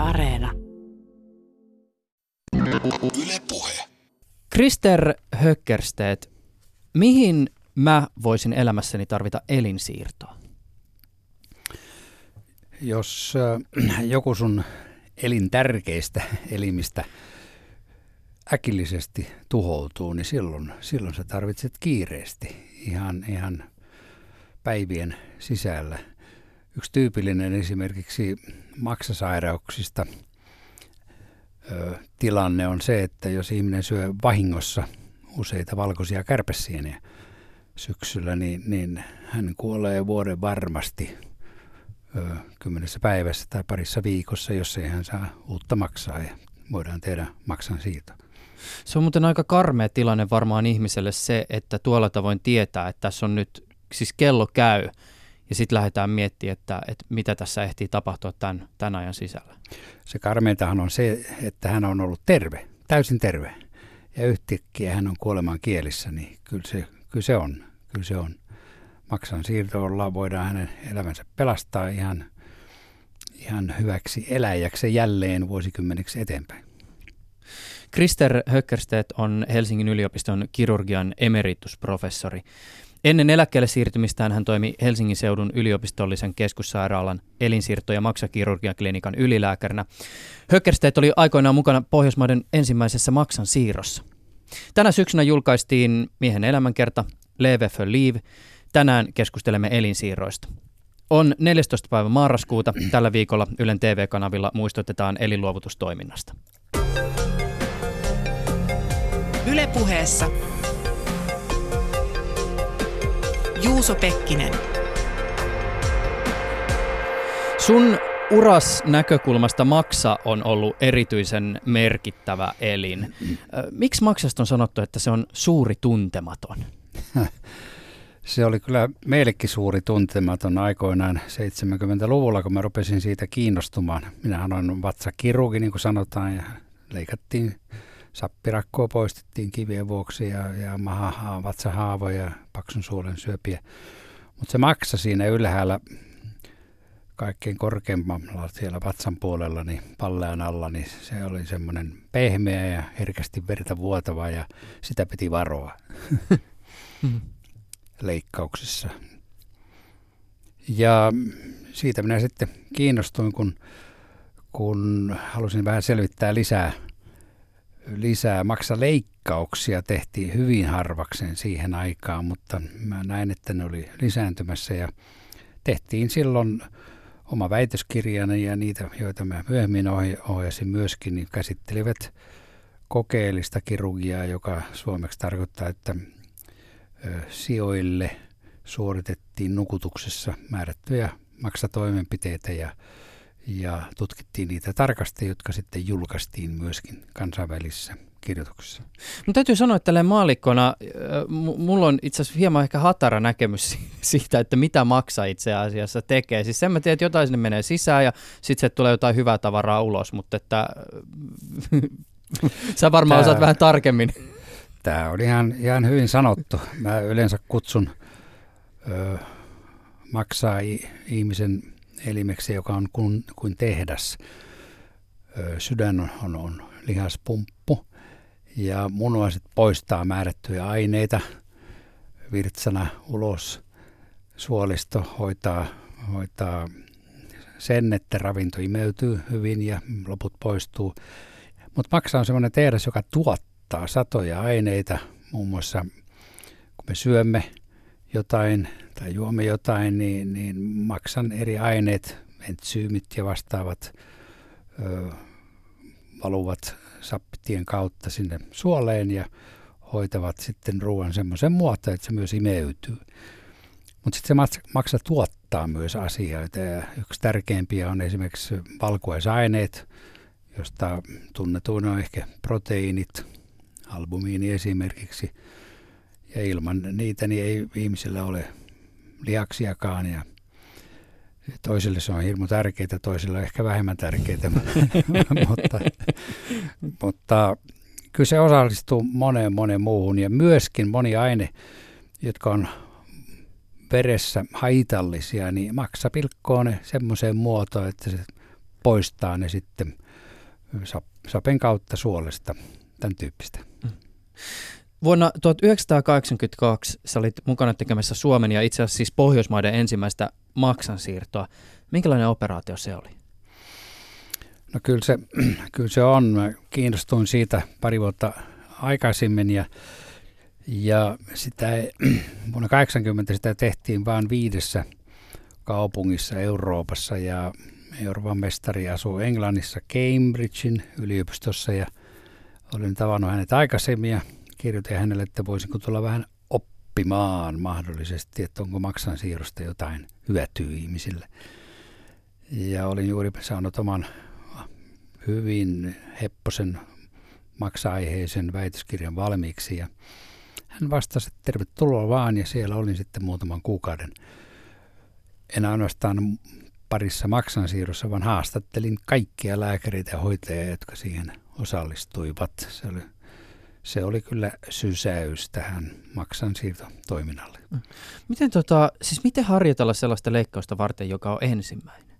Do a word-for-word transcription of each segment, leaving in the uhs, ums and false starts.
Areena. Yle Puhe. Krister Höckerstedt, mihin mä voisin elämässäni tarvita elinsiirtoa? Jos äh, joku sun elintärkeistä elimistä äkillisesti tuhoutuu, niin silloin, silloin sä tarvitset kiireesti ihan, ihan päivien sisällä. Yksi tyypillinen esimerkiksi maksasairauksista ö, tilanne on se, että jos ihminen syö vahingossa useita valkoisia kärpäsieniä syksyllä, niin, niin hän kuolee vuoden varmasti ö, kymmenessä päivässä tai parissa viikossa, jos ei hän saa uutta maksaa ja voidaan tehdä maksan siirto. Se on muuten aika karmea tilanne varmaan ihmiselle se, että tuolla tavoin tietää, että tässä on nyt, siis kello käy ja sitten lähdetään miettimään, että, että mitä tässä ehtii tapahtua tämän, tämän ajan sisällä. Se karmeintahan on se, että hän on ollut terve, täysin terve ja yhtäkkiä hän on kuoleman kielissä, niin kyllä se, kyllä se on. Kyllä se on. Maksan siirtoilla voidaan hänen elämänsä pelastaa ihan, ihan hyväksi eläjäksi jälleen vuosikymmeniksi eteenpäin. Krister Höckerstedt on Helsingin yliopiston kirurgian emeritusprofessori. Ennen eläkkeelle siirtymistään hän toimi Helsingin seudun yliopistollisen keskussairaalan elinsiirto- ja maksakirurgiaklinikan ylilääkärinä. Höckerstedt oli aikoinaan mukana Pohjoismaiden ensimmäisessä maksan siirrossa. Tänä syksynä julkaistiin Miehen elämänkerta, Leve för liv. Tänään keskustelemme elinsiirroista. On neljästoista päivä marraskuuta. Tällä viikolla Ylen T V-kanavilla muistutetaan elinluovutustoiminnasta. Yle Puheessa Juuso Pekkinen. Sun uras näkökulmasta maksa on ollut erityisen merkittävä elin. Miksi maksasta on sanottu, että se on suuri tuntematon? Se oli kyllä meillekin suuri tuntematon aikoinaan seitsemänkymmentäluvulla, kun mä rupesin siitä kiinnostumaan. Minähän olen vatsakirurgi, niin kuin sanotaan, ja leikattiin sappirakkoa, poistettiin kivien vuoksi ja, ja maha, vatsahaavoja ja paksun suolen syöpiä. Mutta se maksa siinä ylhäällä kaikkein korkeimmalla siellä vatsan puolella, niin pallean alla, niin se oli semmoinen pehmeä ja herkästi verta vuotava ja sitä piti varoa leikkauksissa. Ja siitä minä sitten kiinnostuin, kun, kun halusin vähän selvittää lisää Lisää maksaleikkauksia tehtiin hyvin harvakseen siihen aikaan, mutta mä näin, että ne oli lisääntymässä ja tehtiin silloin oma väitöskirjani ja niitä, joita mä myöhemmin ohjasin myöskin, niin käsittelivät kokeellista kirurgiaa, joka suomeksi tarkoittaa, että sijoille suoritettiin nukutuksessa määrättyjä maksatoimenpiteitä ja Ja tutkittiin niitä tarkasti, jotka sitten julkaistiin myöskin kansainvälisissä kirjoituksissa. No, täytyy sanoa, että tälleen maallikkona mulla on itse asiassa hieman ehkä hatara näkemys siitä, että mitä maksa itse asiassa tekee. Siis sen mä tiedän, että jotain sinne menee sisään ja sitten se tulee jotain hyvää tavaraa ulos, mutta että sä varmaan Tää, osaat vähän tarkemmin. Tämä on ihan, ihan hyvin sanottu. Mä yleensä kutsun ö, maksaa ihmisen elimeksi, joka on kuin, kuin tehdas. Ö, sydän on, on, on lihaspumppu ja munuaiset poistaa määrättyjä aineita virtsana ulos. Suolisto hoitaa, hoitaa sen, että ravinto imeytyy hyvin ja loput poistuu. Mutta maksa on semmoinen tehdas, joka tuottaa satoja aineita, muun muassa kun me syömme jotain tai juomme jotain, niin, niin maksan eri aineet, entsyymit ja vastaavat ö, valuvat sappitien kautta sinne suoleen ja hoitavat sitten ruoan semmoisen muotoon, että se myös imeytyy. Mutta sitten se maksa tuottaa myös asioita ja yksi tärkeimpiä on esimerkiksi valkuaisaineet, josta tunnetuin on ehkä proteiinit, albumiini esimerkiksi. Ja ilman niitä niin ei ihmisillä ole lihaksiakaan ja toisille se on hirmu tärkeää, toisille on ehkä vähemmän tärkeää, mutta, mutta kyllä se osallistuu moneen moneen muuhun ja myöskin moni aine, jotka on veressä haitallisia, niin maksa pilkkoo ne semmoiseen muotoon, että se poistaa ne sitten sapen kautta suolesta, tämän tyyppistä. Vuonna tuhatyhdeksänsataakahdeksankymmentäkaksi sä olit mukana tekemässä Suomen ja itse asiassa siis Pohjoismaiden ensimmäistä maksansiirtoa. Minkälainen operaatio se oli? No kyllä se, kyllä se on. Mä kiinnostuin siitä pari vuotta aikaisemmin ja, ja sitä, vuonna kahdeksankymmentä sitä tehtiin vain viidessä kaupungissa Euroopassa ja Euroopan mestari asuu Englannissa Cambridgein yliopistossa ja olin tavannut hänet aikaisemmin ja kirjoitin hänelle, että voisinko tulla vähän oppimaan mahdollisesti, että onko maksansiirrosta jotain hyötyä ihmisille. Ja olin juuri saanut oman hyvin hepposen maksa-aiheisen väitöskirjan valmiiksi ja hän vastasi, että tervetuloa vaan ja siellä olin sitten muutaman kuukauden. En ainoastaan parissa maksansiirrossa, vaan haastattelin kaikkia lääkäreitä ja hoitajia, jotka siihen osallistuivat. Se oli, se oli kyllä sysäys tähän maksansiirtotoiminnalle. Miten, tota, siis miten harjoitella sellaista leikkausta varten, joka on ensimmäinen?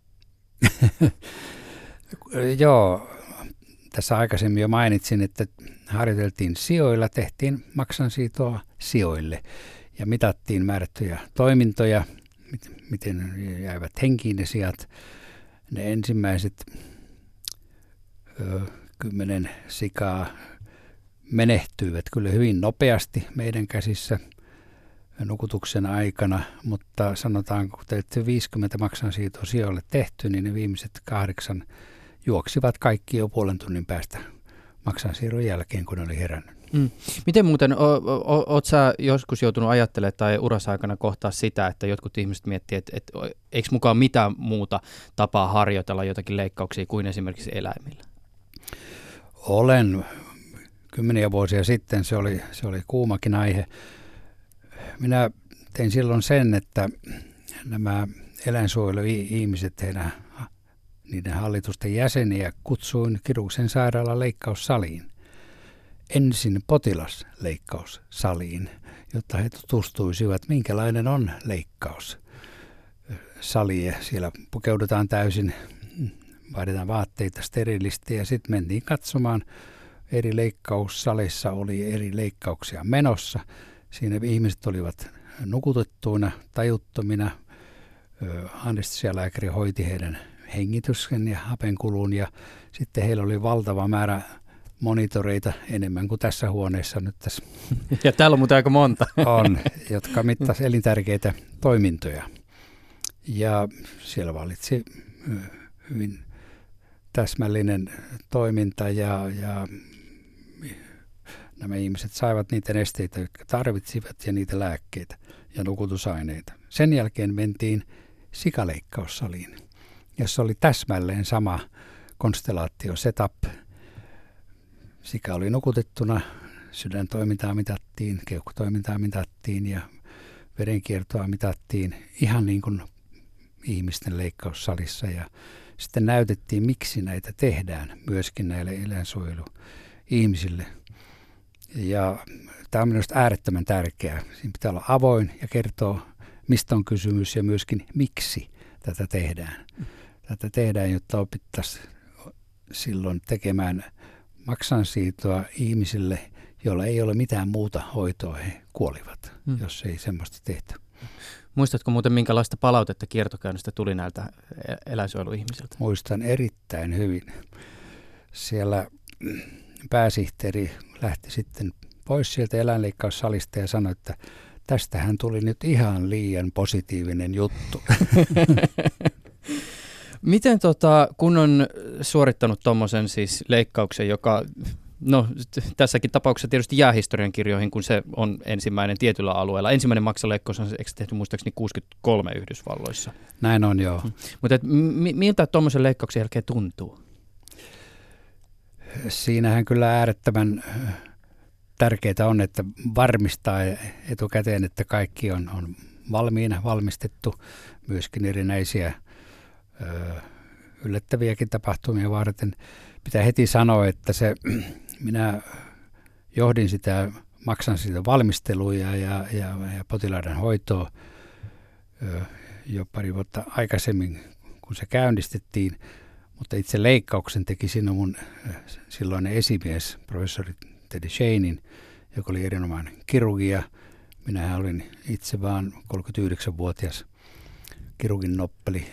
Joo, tässä aikaisemmin jo mainitsin, että harjoiteltiin sijoilla, tehtiin maksansiirtoa sijoille ja mitattiin määrättyjä toimintoja, miten jäivät henkiin ne sijat. Ne ensimmäiset ö, kymmenen sikaa menehtyivät kyllä hyvin nopeasti meidän käsissä nukutuksen aikana, mutta sanotaanko, kun teille viisikymmentä maksansiirtoa sijoille tehty, niin ne viimeiset kahdeksan juoksivat kaikki jo puolen tunnin päästä maksansiirron jälkeen, kun ne oli herännyt. Mm. Miten muuten, o, o, oot sä joskus joutunut ajattelemaan tai urassa aikana kohtaa sitä, että jotkut ihmiset miettii, että, että eikö mukaan mitään muuta tapaa harjoitella jotakin leikkauksia kuin esimerkiksi eläimillä? Olen. Kymmeniä vuosia sitten se oli, se oli kuumakin aihe. Minä tein silloin sen, että nämä eläinsuojeluihmiset, heidän, niiden hallitusten jäseniä, kutsuin kirurgisen sairaalan leikkaussaliin. Ensin potilasleikkaussaliin, jotta he tutustuisivat, minkälainen on leikkaus. Sali, siellä pukeudutaan täysin, vaaditaan vaatteita sterilisti ja sitten mentiin katsomaan. Eri leikkaussalissa oli eri leikkauksia menossa. Siinä ihmiset olivat nukutettuina, tajuttomina. Anestesialääkäri hoiti heidän hengityksen ja hapenkulun ja sitten heillä oli valtava määrä monitoreita enemmän kuin tässä huoneessa nyt tässä. Ja täällä on muuten aika monta. On, jotka mittasivat elintärkeitä toimintoja. Ja siellä valitsi hyvin täsmällinen toiminta ja, ja nämä ihmiset saivat niitä nesteitä, jotka tarvitsivat ja niitä lääkkeitä ja nukutusaineita. Sen jälkeen mentiin sikaleikkaussaliin, jossa oli täsmälleen sama konstellaatio setup. Sika oli nukutettuna, sydäntoimintaa mitattiin, keuhkotoimintaa mitattiin ja verenkiertoa mitattiin ihan niin kuin ihmisten leikkaussalissa. Ja sitten näytettiin, miksi näitä tehdään myöskin näille eläinsuojeluihmisille. Ja tämä on minusta äärettömän tärkeää. Siinä pitää olla avoin ja kertoa, mistä on kysymys ja myöskin miksi tätä tehdään. Tätä tehdään, jotta opittaisiin silloin tekemään maksansiirtoa ihmisille, joilla ei ole mitään muuta hoitoa. He kuolivat, hmm. jos ei semmoista tehty. Muistatko muuten, minkälaista palautetta kiertokäynnistä tuli näiltä eläinsuojeluihmisiltä? Muistan erittäin hyvin. Siellä pääsihteeri lähti sitten pois sieltä eläinleikkaussalista ja sanoi, että tästähän tuli nyt ihan liian positiivinen juttu. Miten tota, kun on suorittanut tuommoisen siis leikkauksen, joka no tässäkin tapauksessa tietysti jää historian kirjoihin, kun se on ensimmäinen tietyllä alueella. Ensimmäinen maksaleikkaus on eikö tehty muistaakseni kuusikymmentäkolme Yhdysvalloissa. Näin on, joo. Mutta m- miltä tuommoisen leikkauksen jälkeen tuntuu? Siinähän kyllä äärettömän tärkeää on, että varmistaa etukäteen, että kaikki on, on valmiina, valmistettu, myöskin erinäisiä ö, yllättäviäkin tapahtumia varten. Pitää heti sanoa, että se, minä johdin sitä, maksan sitä valmisteluja ja, ja, ja potilaiden hoitoa ö, jo pari vuotta aikaisemmin, kun se käynnistettiin. Mutta itse leikkauksen teki siinä mun silloinen esimies, professori Teddy Shanein, joka oli erinomainen kirurgia. Minähän olin itse vaan kolmekymmentäyhdeksänvuotias kirurgin noppeli.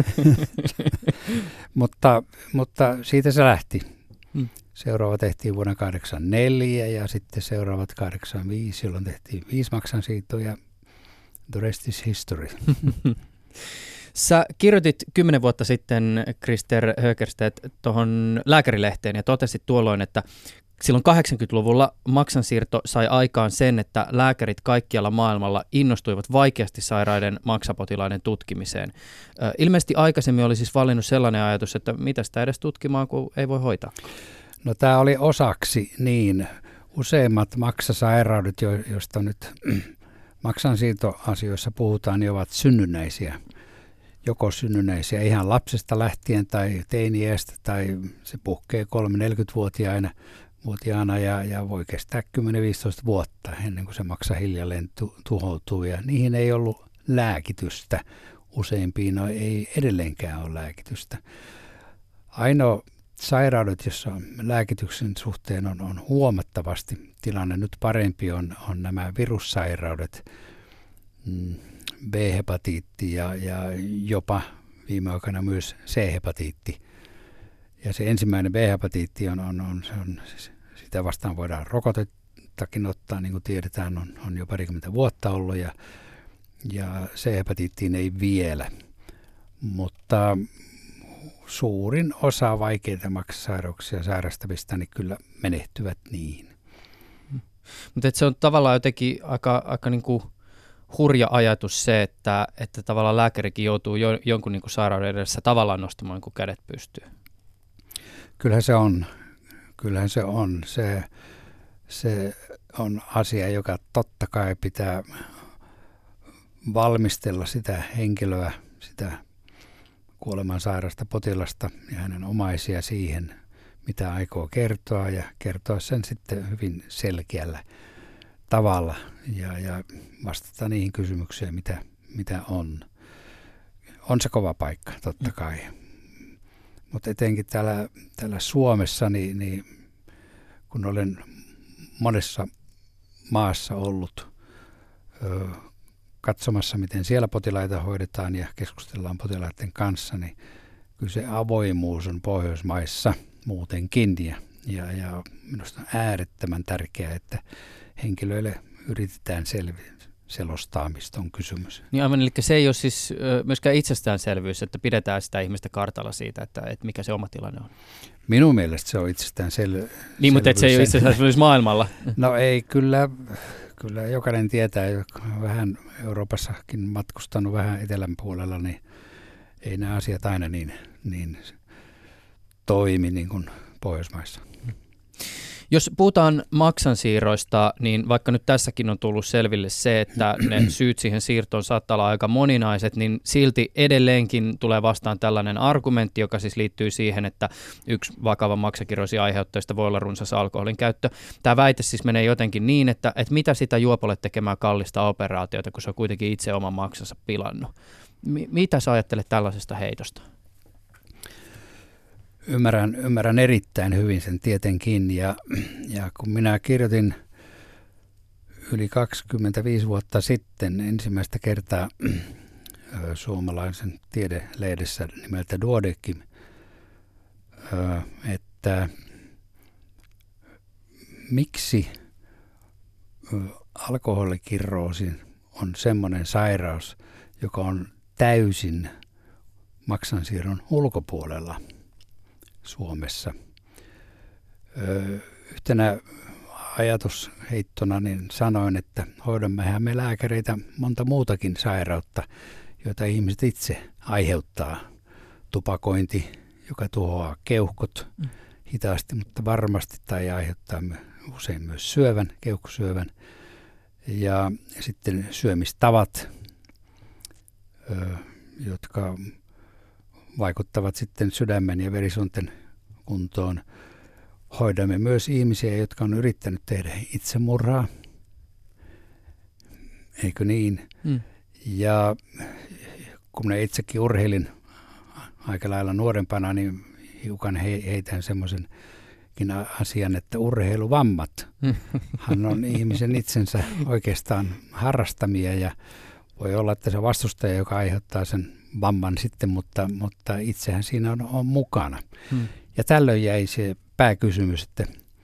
mutta, mutta siitä se lähti. Hmm. Seuraava tehtiin vuonna kahdeksankymmentäneljä ja sitten seuraavat kahdeksankymmentäviisi, jolloin tehtiin viisi maksansiirtoja. The rest is history. Sä kirjoitit kymmenen vuotta sitten, Krister Hökerstedt, tuohon Lääkärilehteen ja totesit tuolloin, että silloin kahdeksankymmentäluvulla maksansiirto sai aikaan sen, että lääkärit kaikkialla maailmalla innostuivat vaikeasti sairaiden maksapotilaiden tutkimiseen. Ilmeisesti aikaisemmin oli siis valinnut sellainen ajatus, että mitä sitä edes tutkimaan, kun ei voi hoitaa. No tämä oli osaksi niin. Useimmat maksasairaudet, joista nyt maksansiirtoasioissa puhutaan, niin ovat synnynnäisiä. Joko synnynnäisiä ihan lapsesta lähtien tai teini-iästä tai se puhkee kolme-neljäkymmentävuotiaana vuotiaana ja, ja voi kestää kymmenen viisitoista vuotta ennen kuin se maksa hiljalleen tu, tuhoutuu. Ja niihin ei ollut lääkitystä. Useimpiin no, ei edelleenkään ole lääkitystä. Ainoa sairaudet, joissa lääkityksen suhteen on, on huomattavasti tilanne nyt parempi, on, on nämä virussairaudet, mm, B-hepatiitti ja, ja jopa viime aikoina myös C-hepatiitti. Ja se ensimmäinen B-hepatiitti on, on, on, se on, sitä vastaan voidaan rokotettakin ottaa, niin kuin tiedetään, on, on jo parikymmentä vuotta ollut ja, ja C-hepatiittiin ei vielä. Mutta suurin osa vaikeita maksasairauksia sairastavista niin kyllä menehtyvät niihin. Mutta se on tavallaan jotenkin aika, aika niin kuin hurja ajatus se, että, että tavallaan lääkärikin joutuu jo, jonkun niin kuin sairauden edessä tavallaan nostamaan, kun kädet pystyy. Kyllähän se on. Kyllähän se on. Se, se on asia, joka totta kai pitää valmistella sitä henkilöä, sitä kuolemansairasta potilasta ja hänen omaisia siihen, mitä aikoo kertoa ja kertoa sen sitten hyvin selkeällä tavalla ja, ja vastata niihin kysymyksiin, mitä, mitä on. On se kova paikka, totta kai. Mutta etenkin täällä, täällä Suomessa, niin, niin kun olen monessa maassa ollut ö, katsomassa, miten siellä potilaita hoidetaan ja keskustellaan potilaiden kanssa, niin kyllä se avoimuus on Pohjoismaissa muutenkin. Ja, ja, ja minusta on äärettömän tärkeää, että henkilöille yritetään selviä. Selostaa, mistä on kysymys. Niin aivan, eli se ei ole siis myöskään itsestäänselvyys, että pidetään sitä ihmistä kartalla siitä, että, että mikä se oma tilanne on. Minun mielestä se on itsestäänselvyys. Niin, mutta et se ei ole itsestäänselvyys maailmalla. No ei, kyllä, kyllä jokainen tietää, joka on vähän Euroopassakin matkustanut vähän etelän puolella, niin ei nämä asiat aina niin, niin toimi niin kuin Pohjoismaissa. Jos puhutaan maksansiirroista, niin vaikka nyt tässäkin on tullut selville se, että ne syyt siihen siirtoon saattaa olla aika moninaiset, niin silti edelleenkin tulee vastaan tällainen argumentti, joka siis liittyy siihen, että yksi vakava maksakiroosi aiheuttajista voi olla runsas alkoholin käyttö. Tämä väite siis menee jotenkin niin, että, että mitä sitä juopolle tekemään kallista operaatiota, kun se on kuitenkin itse oman maksansa pilannut. M- mitä sä ajattelet tällaisesta heitosta? Ymmärrän, ymmärrän erittäin hyvin sen tietenkin ja, ja kun minä kirjoitin yli kaksikymmentäviisi vuotta sitten ensimmäistä kertaa suomalaisen tiedelehdessä nimeltä Duodeckim, että miksi alkoholikirroosi on semmoinen sairaus, joka on täysin maksansiirron ulkopuolella Suomessa. Öö, yhtenä ajatusheittona niin sanoin, että hoidammehän me lääkäreitä monta muutakin sairautta, joita ihmiset itse aiheuttaa. Tupakointi, joka tuhoaa keuhkot mm. hitaasti, mutta varmasti, tai aiheuttaa usein myös syövän, keuhkosyövän. Ja sitten syömistavat, öö, jotka vaikuttavat sitten sydämen ja verisuonten kuntoon. Hoidamme myös ihmisiä, jotka on yrittänyt tehdä itsemurhaa. Eikö niin? Mm. Ja kun minä itsekin urheilin aika lailla nuorempana, niin hiukan he, heitän semmoisenkin asian, että urheiluvammat hän on ihmisen itsensä oikeastaan harrastamia ja voi olla, että se vastustaja, joka aiheuttaa sen vamman sitten, mutta, mutta itsehän siinä on, on mukana. Hmm. Ja tällöin jäi se pääkysymys, että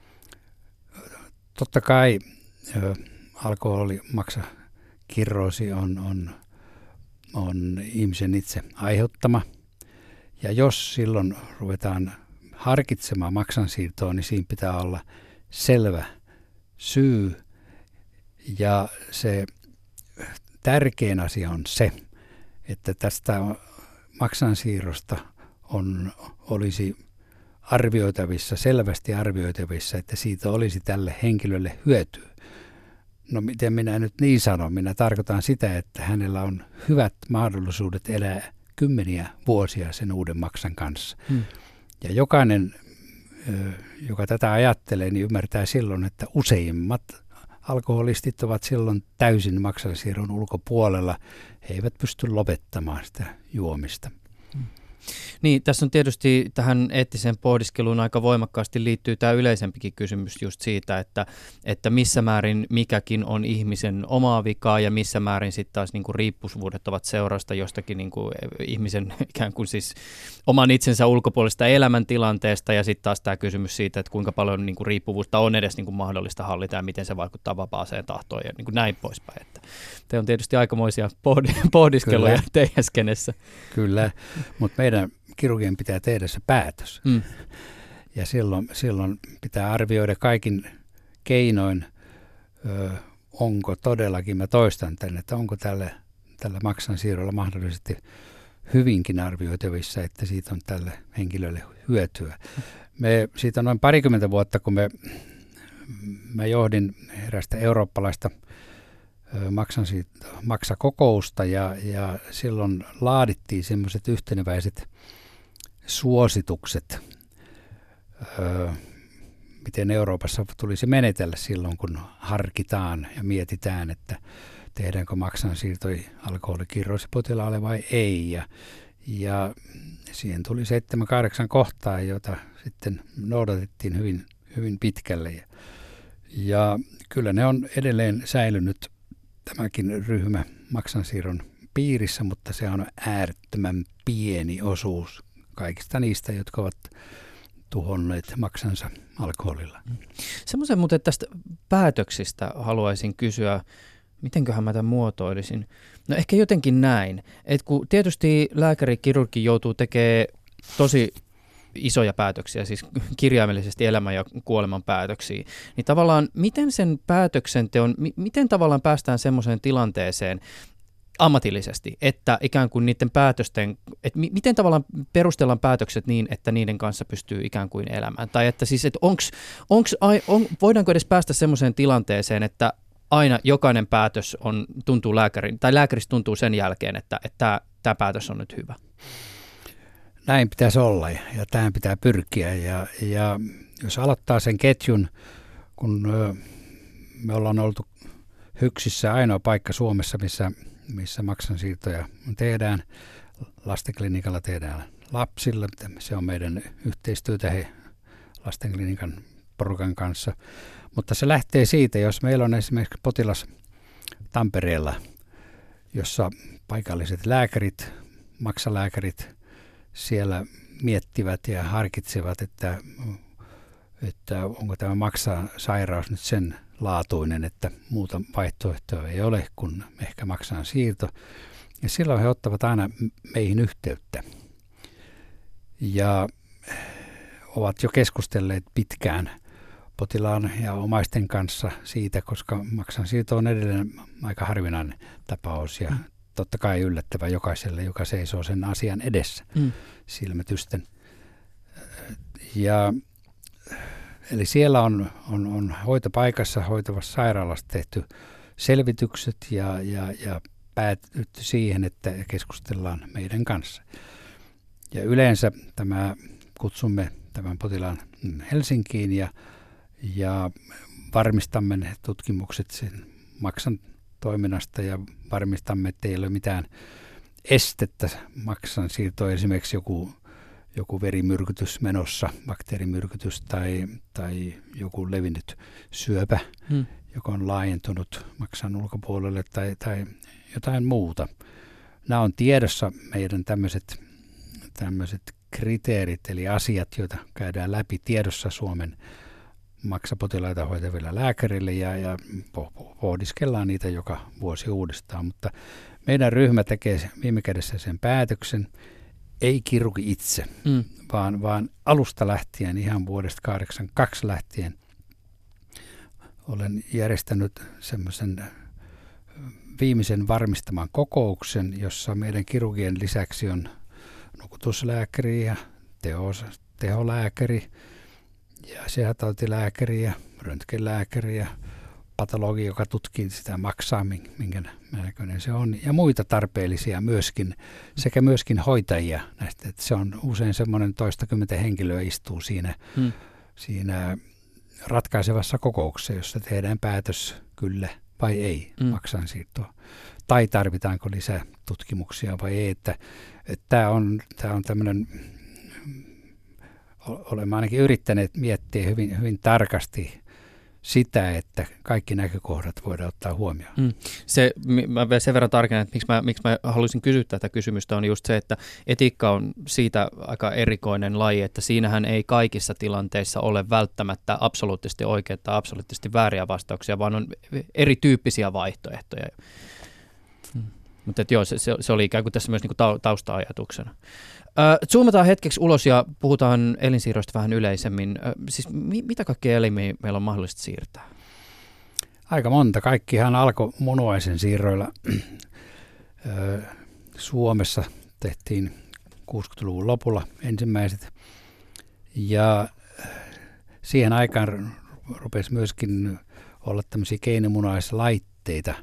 totta kai ö, alkoholimaksakirroosi on, on, on ihmisen itse aiheuttama. Ja jos silloin ruvetaan harkitsemaan maksansiirtoa, niin siinä pitää olla selvä syy. Ja se tärkein asia on se, että tästä maksansiirrosta on, olisi arvioitavissa, selvästi arvioitavissa, että siitä olisi tälle henkilölle hyötyä. No miten minä nyt niin sanon? Minä tarkoitan sitä, että hänellä on hyvät mahdollisuudet elää kymmeniä vuosia sen uuden maksan kanssa. Hmm. Ja jokainen, joka tätä ajattelee, niin ymmärtää silloin, että useimmat alkoholistit ovat silloin täysin maksansiirron ulkopuolella. He eivät pysty lopettamaan sitä juomista. Hmm. Niin, tässä on tietysti tähän eettiseen pohdiskeluun aika voimakkaasti liittyy tämä yleisempikin kysymys just siitä, että, että missä määrin mikäkin on ihmisen omaa vikaa ja missä määrin sitten taas niinku riippuvuudet ovat seurausta jostakin niinku ihmisen ikään kuin siis oman itsensä ulkopuolista elämäntilanteesta ja sitten taas tämä kysymys siitä, että kuinka paljon niinku riippuvuutta on edes niinku mahdollista hallita ja miten se vaikuttaa vapaaseen tahtoon ja niinku näin poispäin. Että te on tietysti aikamoisia pohd- pohdiskeluja Kyllä. teidän skenessä. Kyllä, mutta meidän kirurgien pitää tehdä se päätös. Mm. Ja silloin, silloin pitää arvioida kaikin keinoin, ö, onko todellakin, mä toistan tämän, että onko tällä, tällä maksansiirrolla mahdollisesti hyvinkin arvioitavissa, että siitä on tälle henkilölle hyötyä. Me, siitä on noin parikymmentä vuotta, kun me, mä johdin erästä eurooppalaista maksakokousta ja, ja silloin laadittiin semmoiset yhteneväiset suositukset, öö, miten Euroopassa tulisi menetellä silloin, kun harkitaan ja mietitään, että tehdäänkö maksansiirtoi alkoholikirroosipotilaalle vai ei. Ja, ja siihen tuli seitsemän kahdeksan kohtaa, jota sitten noudatettiin hyvin, hyvin pitkälle. Ja, ja kyllä ne on edelleen säilynyt tämäkin ryhmä maksansiirron piirissä, mutta se on äärettömän pieni osuus kaikista niistä, jotka ovat tuhonneet maksansa alkoholilla. Semmoisen muuten tästä päätöksistä haluaisin kysyä, mitenköhän mä tämän muotoilisin. No ehkä jotenkin näin, että kun tietysti lääkäri, kirurgi joutuu tekemään tosi isoja päätöksiä, siis kirjaimellisesti elämän ja kuoleman päätöksiä, niin tavallaan miten sen päätöksenteon, m- miten tavallaan päästään semmoiseen tilanteeseen ammatillisesti, että ikään kuin niiden päätösten, että m- miten tavallaan perustellaan päätökset niin, että niiden kanssa pystyy ikään kuin elämään, tai että siis, että onks, onks, on, voidaanko edes päästä semmoiseen tilanteeseen, että aina jokainen päätös on, tuntuu lääkärin, tai lääkäristä tuntuu sen jälkeen, että tämä päätös on nyt hyvä. Näin pitäisi olla ja, ja tähän pitää pyrkiä ja, ja jos aloittaa sen ketjun, kun ö, me ollaan oltu Hyksissä ainoa paikka Suomessa, missä, missä maksansiirtoja tehdään, lastenklinikalla tehdään lapsilla, se on meidän yhteistyötä he lastenklinikan porukan kanssa, mutta se lähtee siitä, jos meillä on esimerkiksi potilas Tampereella, jossa paikalliset lääkärit, maksalääkärit, siellä miettivät ja harkitsevat, että, että onko tämä maksaa sairaus nyt sen laatuinen, että muuta vaihtoehtoa ei ole kuin ehkä maksan siirto. Ja silloin he ottavat aina meihin yhteyttä ja ovat jo keskustelleet pitkään potilaan ja omaisten kanssa siitä, koska maksan siirto on edelleen aika harvinainen tapaus ja totta kai yllättävä jokaiselle, joka seisoo sen asian edessä mm. silmätysten. Ja, eli siellä on, on, on hoitopaikassa, hoitavassa sairaalassa tehty selvitykset ja, ja, ja päätytty siihen, että keskustellaan meidän kanssa. Ja yleensä tämä, kutsumme tämän potilaan Helsinkiin ja, ja varmistamme ne tutkimukset sen maksan toiminnasta ja varmistamme, että ei ole mitään estettä maksan siirtoa. Esimerkiksi joku, joku verimyrkytys menossa, bakteerimyrkytys tai, tai joku levinnyt syöpä, hmm. joka on laajentunut maksan ulkopuolelle tai, tai jotain muuta. Nämä on tiedossa meidän tämmöiset, tämmöiset kriteerit, eli asiat, joita käydään läpi tiedossa Suomen maksapotilaita hoitavilla lääkärille ja, ja pohdiskellaan niitä joka vuosi uudestaan. Mutta meidän ryhmä tekee viime kädessä sen päätöksen, ei kirurgi itse, mm. vaan, vaan alusta lähtien, ihan vuodesta kahdeksankymmentäkaksi lähtien, olen järjestänyt semmoisen viimeisen varmistaman kokouksen, jossa meidän kirurgien lisäksi on nukutuslääkäri ja teho, teholääkäri ja sehätautilääkäri ja röntgenlääkäri ja patologi, joka tutkii sitä maksaa, minkä näköinen se on, ja muita tarpeellisia myöskin, sekä myöskin hoitajia näistä. Että se on usein semmoinen toistakymmentä henkilöä istuu siinä, hmm. siinä ratkaisevassa kokouksessa, jossa tehdään päätös kyllä vai ei hmm. maksansiirtoa. Tai tarvitaanko lisää tutkimuksia vai ei. Että, että tämä on, tämä on tämmöinen, olemme ainakin yrittäneet miettiä hyvin, hyvin tarkasti sitä, että kaikki näkökohdat voidaan ottaa huomioon. Mm. Se, mä vielä sen verran tarkennan, että miksi mä, miksi mä haluaisin kysyä tätä kysymystä, on just se, että etiikka on siitä aika erikoinen laji, että siinähän ei kaikissa tilanteissa ole välttämättä absoluuttisesti oikeita tai absoluuttisesti vääriä vastauksia, vaan on erityyppisiä vaihtoehtoja. Mm. Mutta joo, se, se oli ikään kuin tässä myös niinku tausta-ajatuksena. Äh, zoomataan hetkeksi ulos ja puhutaan elinsiirroista vähän yleisemmin. Äh, siis mi- mitä kaikkea elimiä meillä on mahdollista siirtää? Aika monta. Kaikkihan alkoi munuaisen siirroilla. äh, Suomessa tehtiin kuusikymmentäluvun lopulla ensimmäiset. Ja siihen aikaan rupesi myöskin olla tämmöisiä keinomunaislaitteita,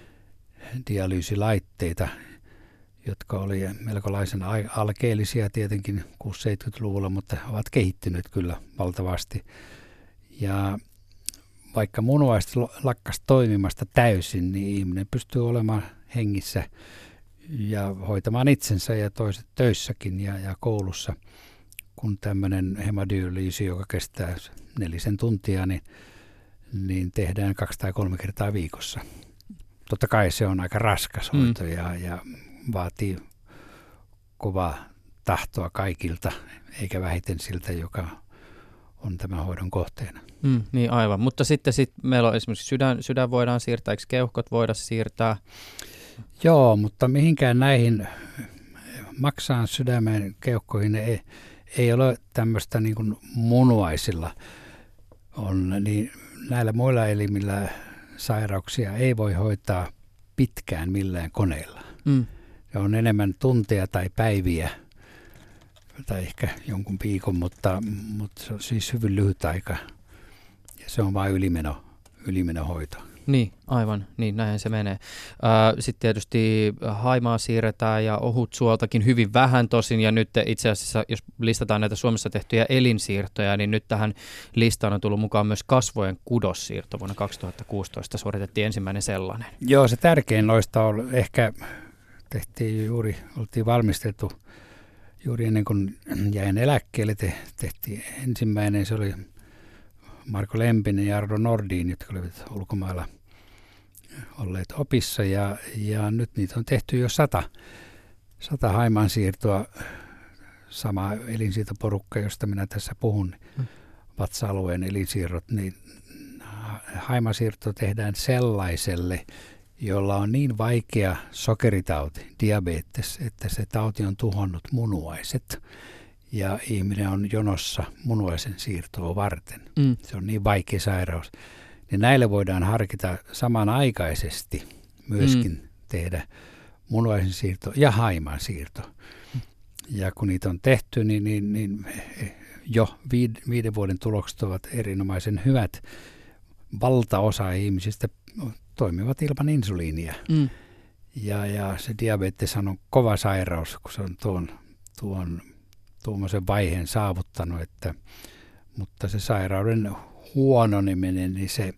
dialyysilaitteita, jotka oli melkolaisen alkeellisia tietenkin kuusikymmentä-seitsemänkymmentäluvulla, mutta ovat kehittyneet kyllä valtavasti. Ja vaikka munuaiset lakkas toimimasta täysin, niin ihminen pystyy olemaan hengissä ja hoitamaan itsensä ja toiset töissäkin ja, ja koulussa. Kun tämmöinen hemodialyysi, joka kestää nelisen tuntia, niin, niin tehdään kaksi tai kolme kertaa viikossa. Totta kai se on aika raskas hoito mm. ja, ja vaatii kovaa tahtoa kaikilta, eikä vähiten siltä, joka on tämän hoidon kohteena. Mm, niin aivan, mutta sitten sit meillä on esimerkiksi sydän, sydän voidaan siirtää, eikö keuhkot voida siirtää? Joo, mutta mihinkään näihin maksaan sydämen keuhkoihin ei, ei ole tämmöistä niin kuin munuaisilla on, niin näillä muilla elimillä sairauksia ei voi hoitaa pitkään millään koneella. Mm. Se on enemmän tunteja tai päiviä tai ehkä jonkun viikon, mutta, mutta se on siis hyvin lyhyt aika ja se on vain ylimeno, ylimenohoito. Niin, aivan. Niin, näinhän se menee. Sitten tietysti haimaa siirretään ja ohutsuoltakin hyvin vähän tosin. Ja nyt itse asiassa, jos listataan näitä Suomessa tehtyjä elinsiirtoja, niin nyt tähän listaan on tullut mukaan myös kasvojen kudossiirto. Vuonna kaksituhattakuusitoista suoritettiin ensimmäinen sellainen. Joo, se tärkein noista on ehkä tehtiin juuri, oltiin valmisteltu juuri ennen kuin jäin eläkkeelle, te, tehtiin ensimmäinen, se oli Marko Lempinen ja Ardo Nordin, jotka olivat ulkomailla olleet opissa, ja, ja nyt niitä on tehty jo sata, sata haimaansiirtoa, sama elinsiirtoporukka, josta minä tässä puhun, hmm. vatsa-alueen elinsiirrot, niin haimaansiirto tehdään sellaiselle, jolla on niin vaikea sokeritauti, diabetes, että se tauti on tuhonnut munuaiset. Ja ihminen on jonossa munuaisen siirtoa varten. Mm. Se on niin vaikea sairaus. Niin näille voidaan harkita samanaikaisesti myöskin mm. tehdä munuaisen siirto ja haimaan siirto. Mm. Ja kun niitä on tehty, niin, niin, niin jo viiden vuoden tulokset ovat erinomaisen hyvät. Valtaosa ihmisistä toimivat ilman insuliinia. Mm. Ja, ja se diabetes on kova sairaus, kun se on tuon, tuon tuommoisen vaiheen saavuttanut, että, mutta se sairauden huononeminen, niin se,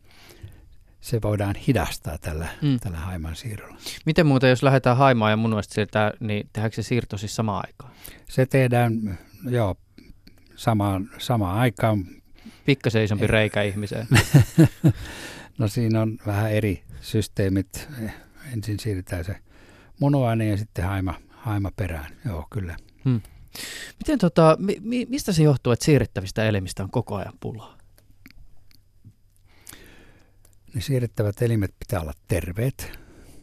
se voidaan hidastaa tällä, mm. tällä haimaansiirrolla. Miten muuten, jos lähdetään haimaan ja munuaista siirtää, niin tehdäänkö se siirto siis samaan aikaan? Se tehdään joo, samaan, samaan aikaan. Pikkasen isompi reikä ihmiseen. No siinä on vähän eri systeemit. Ensin siirretään se munuainen ja sitten haima, haima perään. Joo, kyllä. Hmm. Miten tota, mi, mi, mistä se johtuu, että siirrettävistä elimistä on koko ajan pulaa? Ne siirrettävät elimet pitää olla terveet.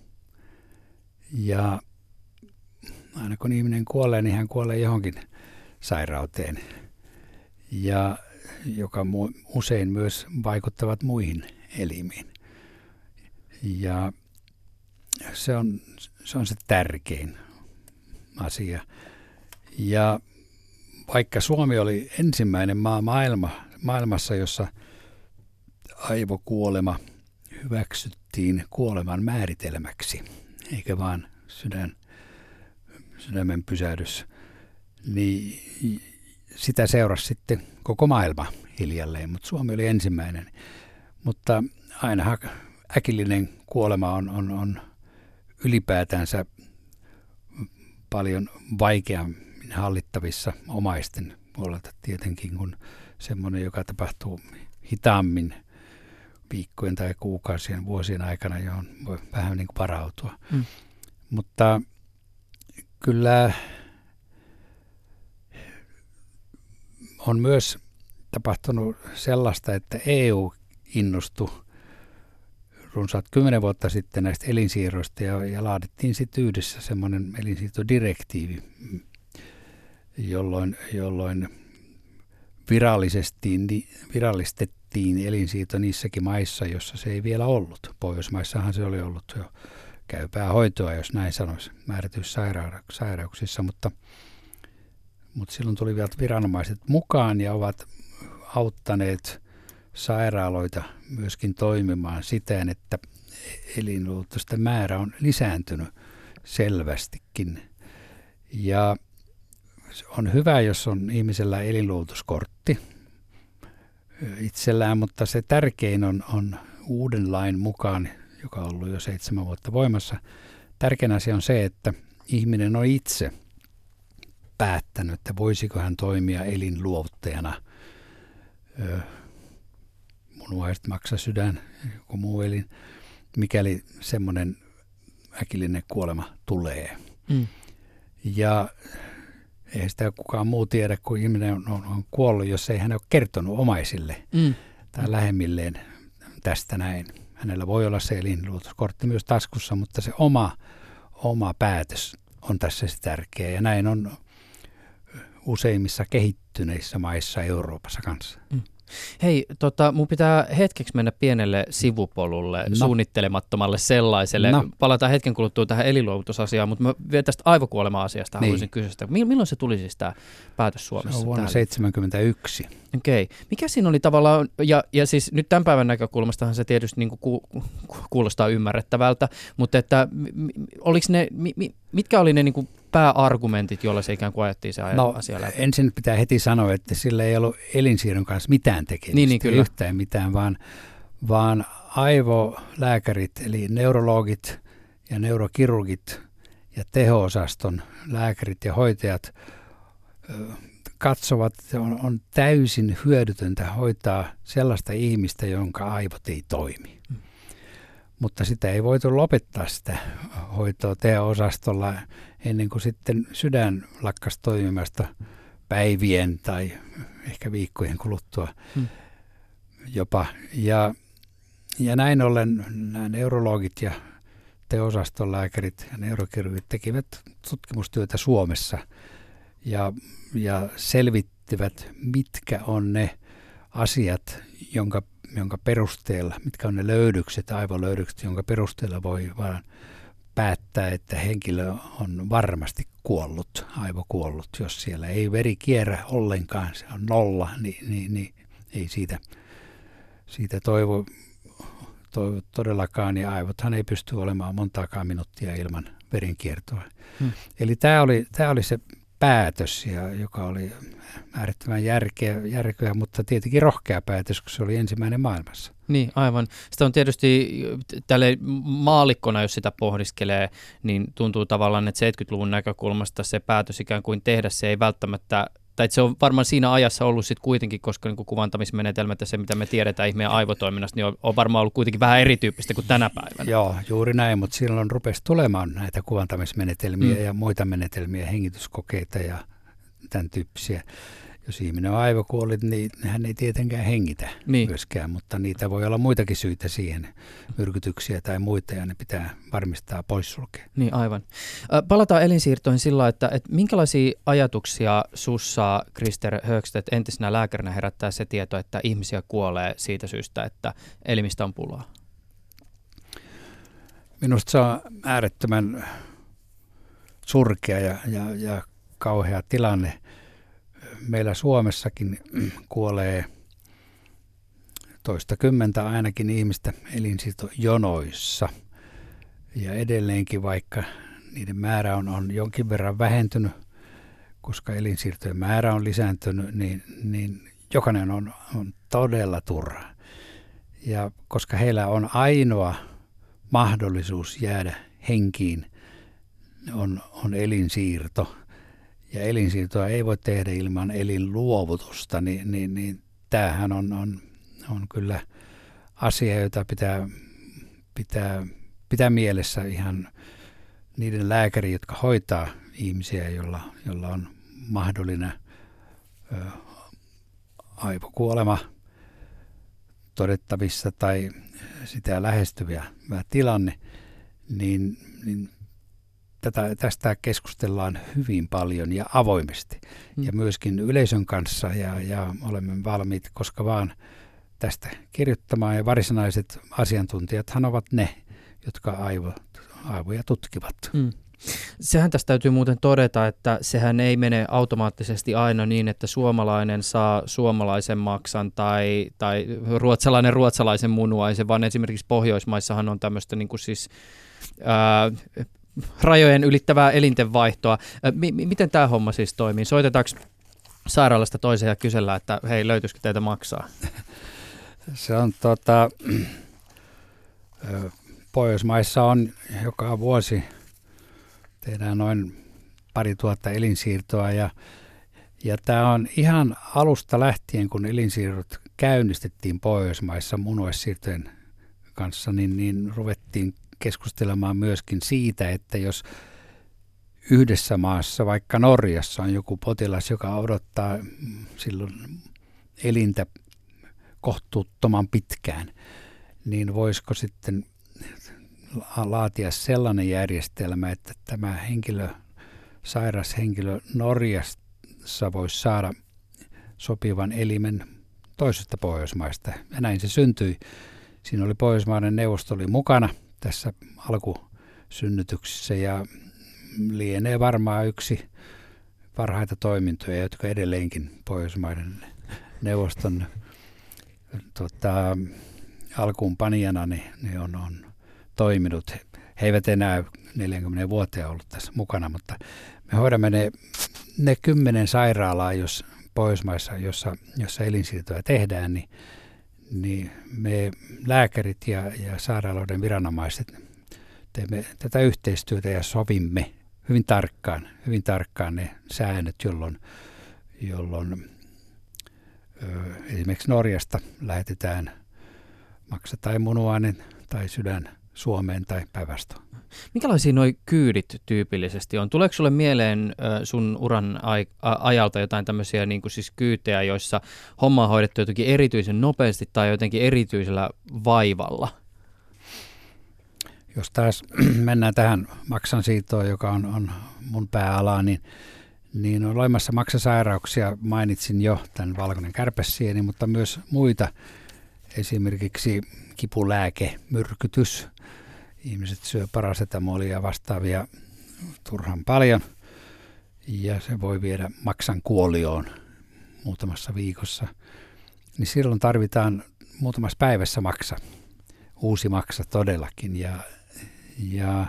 Ja aina kun ihminen kuolee, niin hän kuolee johonkin sairauteen. Ja joka mu- usein myös vaikuttavat muihin elimiin. Ja se on, se on se tärkein asia. Ja vaikka Suomi oli ensimmäinen maa maailma, maailmassa, jossa aivokuolema hyväksyttiin kuoleman määritelmäksi, eikä vaan sydän, sydämen pysähdys, niin sitä seurasi sitten koko maailma hiljalleen, mutta Suomi oli ensimmäinen. Mutta aina äkillinen kuolema on, on, on ylipäätänsä paljon vaikeammin hallittavissa omaisten puolelta tietenkin kuin semmoinen, joka tapahtuu hitaammin viikkojen tai kuukausien, vuosien aikana, johon voi vähän niin kuin varautua. Mm. Mutta kyllä on myös tapahtunut sellaista, että E U innostui runsaat kymmenen vuotta sitten näistä elinsiirroista ja, ja laadittiin sitten yhdessä semmoinen elinsiirtodirektiivi, jolloin, jolloin virallisesti, virallistettiin elinsiirto niissäkin maissa, jossa se ei vielä ollut. Pohjoismaissahan se oli ollut jo käypää hoitoa, jos näin sanoisi, määrätyissä sairauksissa, mutta, mutta silloin tulivat viranomaiset mukaan ja ovat auttaneet sairaaloita myöskin toimimaan siten, että elinluovutusten määrä on lisääntynyt selvästikin. Ja on hyvä, jos on ihmisellä elinluovutuskortti itsellään, mutta se tärkein on, on uuden lain mukaan, joka on ollut jo seitsemän vuotta voimassa. Tärkein asia on se, että ihminen on itse päättänyt, että voisiko hän toimia elinluovuttajana. Munuaiset, maksa, sydän, joku muu elin, mikäli semmoinen äkillinen kuolema tulee. Mm. Ja ei sitä kukaan muu tiedä, kun ihminen on, on, on kuollut, jos ei hän ole kertonut omaisille mm. tai lähemmilleen tästä näin. Hänellä voi olla se elinluovutuskortti myös taskussa, mutta se oma, oma päätös on tässä se tärkeä. Ja näin on useimmissa kehittyneissä maissa Euroopassa kanssa. Mm. Hei, tota, mun pitää hetkeksi mennä pienelle sivupolulle, no. suunnittelemattomalle sellaiselle. No. Palataan hetken kuluttua tähän elinluovutusasiaan, mutta mä vielä tästä aivokuolema-asiasta niin. haluaisin kysyä sitä. Milloin se tuli siis tämä päätös Suomessa? Se on vuonna seitsemänkymmentäyksi. Okei. Okay. Mikä siinä oli tavallaan, ja, ja siis nyt tämän päivän näkökulmastahan se tietysti niin kuin ku, kuulostaa ymmärrettävältä, mutta että oliko ne, mi, mitkä oli ne niin kuin pääargumentit, joilla se ikään kuin ajettiin se no, asia läpi? Ensin pitää heti sanoa, että sillä ei ollut elinsiirron kanssa mitään tekemistä, niin, niin, yhtään mitään, vaan, vaan aivolääkärit, eli neurologit ja neurokirurgit ja teho-osaston lääkärit ja hoitajat katsovat, että on, on täysin hyödytöntä hoitaa sellaista ihmistä, jonka aivot ei toimi. Hmm. Mutta sitä ei voitu lopettaa sitä hoitoa teho-osastolla ennen kuin sitten sydän lakkasi toimimasta päivien tai ehkä viikkojen kuluttua hmm. jopa. Ja, ja näin ollen nämä neurologit ja teho-osaston lääkärit ja neurokirurgit tekivät tutkimustyötä Suomessa ja, ja selvittivät, mitkä on ne asiat, jonka jonka perusteella, mitkä on ne löydökset, aivolöydökset, jonka perusteella voi vaan päättää, että henkilö on varmasti kuollut, aivokuollut. Jos siellä ei veri kierrä ollenkaan, se on nolla, niin, niin, niin ei siitä, siitä toivo, toivo todellakaan, ja aivothan ei pysty olemaan montaakaan minuuttia ilman verenkiertoa. Hmm. Eli tämä oli, tämä oli se päätös, ja, joka oli äärettömän järkeä, järkeä, mutta tietenkin rohkea päätös, kun se oli ensimmäinen maailmassa. Niin, aivan. Sitä on tietysti tälle maallikkona, jos sitä pohdiskelee, niin tuntuu tavallaan, että seitsemänkymmentäluvun näkökulmasta se päätös ikään kuin tehdä, se ei välttämättä tai se on varmaan siinä ajassa ollut sitten kuitenkin, koska niin kuin kuvantamismenetelmät ja se, mitä me tiedetään ihmeen aivotoiminnasta, niin on, on varmaan ollut kuitenkin vähän erityyppistä kuin tänä päivänä. Joo, juuri näin, mutta silloin rupesi tulemaan näitä kuvantamismenetelmiä mm. ja muita menetelmiä, hengityskokeita ja tämän tyyppisiä. Jos ihminen on aivokuollut, niin hän ei tietenkään hengitä niin. myöskään, mutta niitä voi olla muitakin syitä siihen, myrkytyksiä tai muita, ja ne pitää varmistaa poissulkea. Niin, aivan. Palataan elinsiirtoihin sillä, että, että minkälaisia ajatuksia sussa, Krister Högstedt, entisenä lääkärinä herättää se tieto, että ihmisiä kuolee siitä syystä, että elimistä on pulaa? Minusta se on äärettömän surkea ja, ja, ja kauhea tilanne. Meillä Suomessakin kuolee toistakymmentä ainakin ihmistä elinsiirtojonoissa. Ja edelleenkin, vaikka niiden määrä on, on jonkin verran vähentynyt, koska elinsiirtojen määrä on lisääntynyt, niin, niin jokainen on, on todella turha. Ja koska heillä on ainoa mahdollisuus jäädä henkiin, on, on elinsiirto. Ja elinsiirtoa ei voi tehdä ilman elinluovutusta, niin, niin, niin tämähän on, on, on kyllä asia, jota pitää, pitää, pitää mielessä ihan niiden lääkäri, jotka hoitaa ihmisiä, jolla, jolla on mahdollinen ö, aivokuolema todettavissa tai sitä lähestyvä tilanne, niin, niin Tätä, tästä keskustellaan hyvin paljon ja avoimesti mm. ja myöskin yleisön kanssa ja, ja olemme valmiit, koska vaan tästä kirjoittamaan ja varsinaiset asiantuntijathan ovat ne, jotka aivo, aivoja tutkivat. Mm. Sehän tästä täytyy muuten todeta, että sehän ei mene automaattisesti aina niin, että suomalainen saa suomalaisen maksan tai, tai ruotsalainen ruotsalaisen munuaisen, vaan esimerkiksi Pohjoismaissahan on tämmöistä niin kuin siis ää, rajojen ylittävää elintenvaihtoa. M- miten tämä homma siis toimii? Soitetaanko sairaalasta toiseen ja kysellään, että hei, löytyisikö teitä maksaa? Se on tota, Pohjoismaissa on joka vuosi tehdään noin pari tuhatta elinsiirtoa ja, ja tämä on ihan alusta lähtien, kun elinsiirrot käynnistettiin Pohjoismaissa munuaissiirtojen kanssa, niin, niin ruvettiin keskustelemaan myöskin siitä, että jos yhdessä maassa, vaikka Norjassa, on joku potilas, joka odottaa silloin elintä kohtuuttoman pitkään, niin voisiko sitten laatia sellainen järjestelmä, että tämä henkilö, sairas henkilö Norjassa voisi saada sopivan elimen toisesta Pohjoismaista. Ja näin se syntyi. Siinä oli Pohjoismaiden neuvosto oli mukana tässä alkusynnytyksissä ja lienee varmaan yksi parhaita toimintoja, jotka edelleenkin Pohjoismaiden neuvoston tota, alkuun panijana niin, niin on, on toiminut. He eivät enää neljäkymmentä vuotta ollut tässä mukana, mutta me hoidamme ne, ne kymmenen sairaalaa, jos Pohjoismaissa, jossa, jossa elinsiirtoja tehdään, niin, niin me lääkärit ja, ja sairaaloiden viranomaiset teemme tätä yhteistyötä ja sovimme hyvin tarkkaan, hyvin tarkkaan ne säännöt, jolloin, jolloin ö, esimerkiksi Norjasta lähetetään maksa tai munuainen tai sydän Suomeen tai päinvastoin. Minkälaisia nuo kyydit tyypillisesti on? Tuleeko sulle mieleen sun uran ajalta jotain tämmöisiä niin kuin siis kyytejä, joissa homma on hoidettu jotenkin erityisen nopeasti tai jotenkin erityisellä vaivalla? Jos taas mennään tähän maksansiirtoon, joka on, on mun pääala, niin, niin on olemassa maksasairauksia. Mainitsin jo tämän valkoinen kärpäsieni, mutta myös muita. Esimerkiksi kipulääke, myrkytys. Ihmiset syö parasetamolia vastaavia turhan paljon ja se voi viedä maksan kuolioon muutamassa viikossa. Niin silloin tarvitaan muutamassa päivässä maksa, uusi maksa todellakin. Ja, ja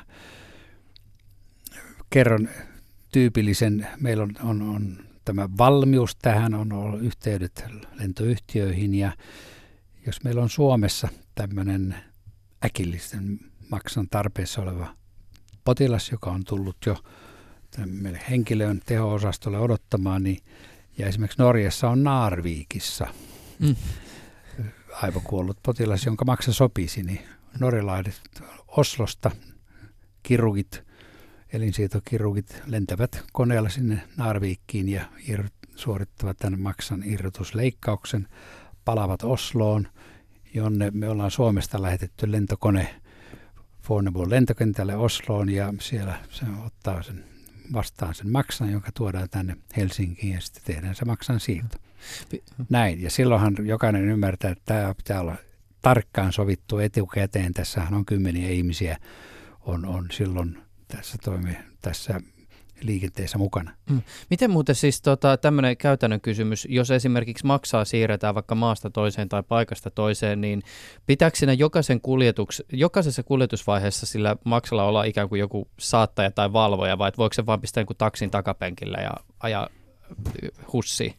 kerron tyypillisen, meillä on, on, on tämä valmius tähän, on ollut yhteydet lentoyhtiöihin ja jos meillä on Suomessa tämmöinen äkillisen maksan tarpeessa oleva potilas, joka on tullut jo meille henkilön teho-osastolle odottamaan, niin, Ja esimerkiksi Norjassa on Narvikissa mm. aivokuollut potilas, jonka maksa sopisi, niin norjalaiset Oslosta kirurgit, elinsiirtokirurgit lentävät koneella sinne Narvikiin ja ir- suorittavat tämän maksan irrotusleikkauksen, palaavat Osloon, jonne me ollaan Suomesta lähetetty lentokone Fornebuun lentokentälle Osloon, ja siellä se ottaa sen vastaan sen maksan, joka tuodaan tänne Helsinkiin, ja sitten tehdään se maksan siirto. Näin, ja silloinhan jokainen ymmärtää, että tämä pitää olla tarkkaan sovittu etukäteen. Tässähän on kymmeniä ihmisiä, on, on silloin tässä, toimi, tässä liikenteessä mukana. Mm. Miten muuten siis tota, tämmöinen käytännön kysymys, jos esimerkiksi maksaa siirretään vaikka maasta toiseen tai paikasta toiseen, niin pitääkö siinä jokaisen kuljetuks, jokaisessa kuljetusvaiheessa sillä maksalla olla ikään kuin joku saattaja tai valvoja, vai voiko se vaan pistää joku taksin takapenkillä ja ajaa hussiin?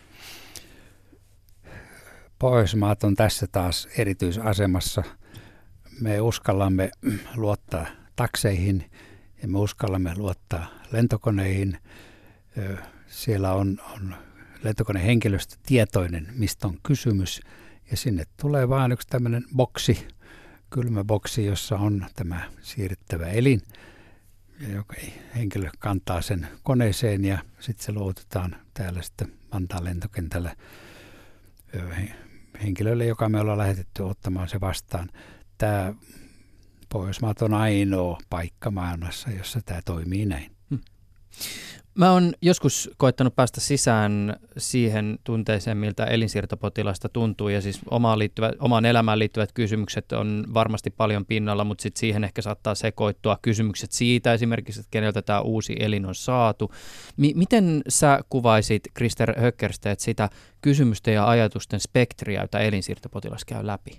Pohjoismaat on tässä taas erityisasemassa. Me uskallamme luottaa takseihin ja me uskallamme luottaa lentokoneihin. Siellä on, on lentokonehenkilöstö tietoinen, mistä on kysymys. Ja sinne tulee vain yksi tämmöinen boksi, kylmä boksi, jossa on tämä siirrettävä elin. Ja joka henkilö kantaa sen koneeseen ja sitten se luotetaan täällä sitten Vantaan lentokentällä henkilölle, joka me ollaan lähetetty ottamaan se vastaan. Tämä Pohjoismaat on ainoa paikka maailmassa, jossa tämä toimii näin. Hmm. Mä oon joskus koettanut päästä sisään siihen tunteeseen, miltä elinsiirtopotilasta tuntuu, ja siis omaan, liittyvä, omaan elämään liittyvät kysymykset on varmasti paljon pinnalla, mutta sitten siihen ehkä saattaa sekoittua kysymykset siitä esimerkiksi, että keneltä tämä uusi elin on saatu. M- miten sä kuvaisit, Krister Höckerstedt, sitä kysymysten ja ajatusten spektriä, jota elinsiirtopotilas käy läpi?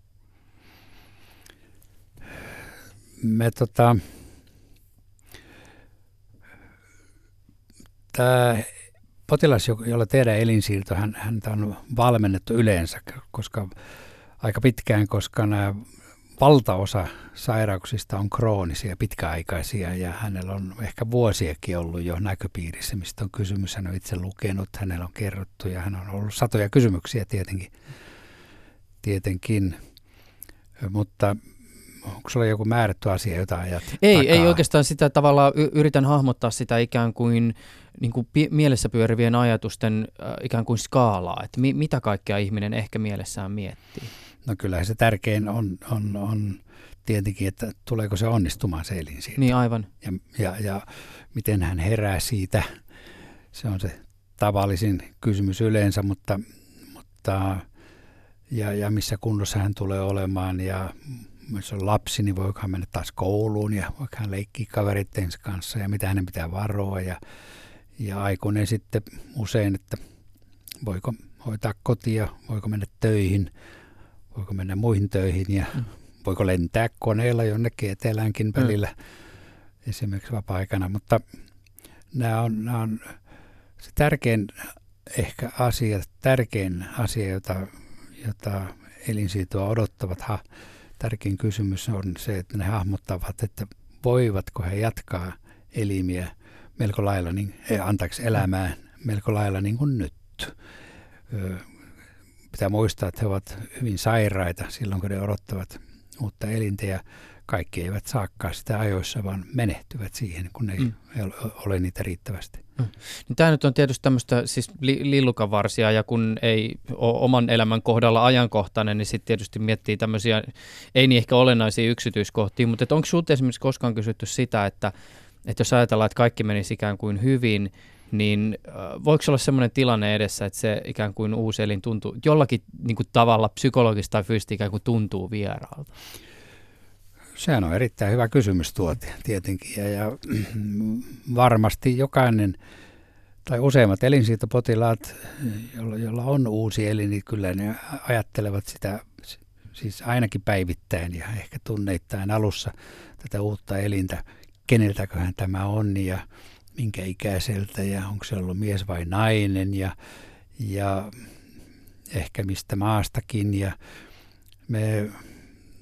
Me tota... Tämä potilas, jolla tehdään elinsiirto, hän, häntä on valmennettu yleensä, koska aika pitkään, koska nämä valtaosa sairauksista on kroonisia, pitkäaikaisia, ja hänellä on ehkä vuosiakin ollut jo näköpiirissä, mistä on kysymys. Hän on itse lukenut, hänellä on kerrottu, ja hän on ollut satoja kysymyksiä tietenkin, tietenkin. Mutta onko sulla joku määrätty asia, jota ajat Ei, takaa? ei oikeastaan sitä tavallaan, y- yritän hahmottaa sitä ikään kuin, niin kuin pi- mielessä pyörivien ajatusten äh, ikään kuin skaalaa, että mi- mitä kaikkea ihminen ehkä mielessään miettii. No kyllähän se tärkein on, on, on tietenkin, että tuleeko se onnistumaan se elinsiirto. Niin aivan. Ja, ja, ja miten hän herää siitä, se on se tavallisin kysymys yleensä, mutta, mutta ja, ja missä kunnossa hän tulee olemaan, ja jos on lapsi, niin voiko hän mennä taas kouluun ja voiko hän leikkiä kaverittensa kanssa ja mitä hänen pitää varoa. Ja, ja aikuinen sitten usein, että voiko hoitaa kotia, voiko mennä töihin, voiko mennä muihin töihin ja mm. voiko lentää koneella jonnekin eteläänkin välillä mm. esimerkiksi vapaa-aikana. Mutta nämä on, nämä on se tärkein ehkä asia, tärkein asia, jota, jota elinsiirtoa odottavat ha, tärkein kysymys on se, että ne hahmottavat, että voivatko he jatkaa elimiä melko lailla, niin, antaako elämää melko lailla niin kuin nyt. Pitää muistaa, että he ovat hyvin sairaita silloin, kun he odottavat uutta elintä, ja kaikki eivät saakaan sitä ajoissa, vaan menehtyvät siihen, kun ei mm. ole niitä riittävästi. Mm. Niin tämä nyt on tietysti tämmöistä siis li- lillukanvarsia, ja kun ei ole oman elämän kohdalla ajankohtainen, niin sitten tietysti miettii tämmöisiä, ei niin ehkä olennaisia yksityiskohtia, mutta onko sinulta esimerkiksi koskaan kysytty sitä, että, että jos ajatellaan, että kaikki menisi ikään kuin hyvin, niin voiko olla sellainen tilanne edessä, että se ikään kuin uusi elin tuntuu, jollakin niin kuin tavalla psykologista tai fyysisesti ikään kuin tuntuu vieraalta? Sehän on erittäin hyvä kysymys tuo tietenkin, ja, ja varmasti jokainen tai useimmat elinsiirtopotilaat, jolla, jolla on uusi elin, niin kyllä ne ajattelevat sitä siis ainakin päivittäin ja ehkä tunneittain alussa tätä uutta elintä, keneltäköhän tämä on ja minkä ikäiseltä ja onko se ollut mies vai nainen ja, ja ehkä mistä maastakin, ja me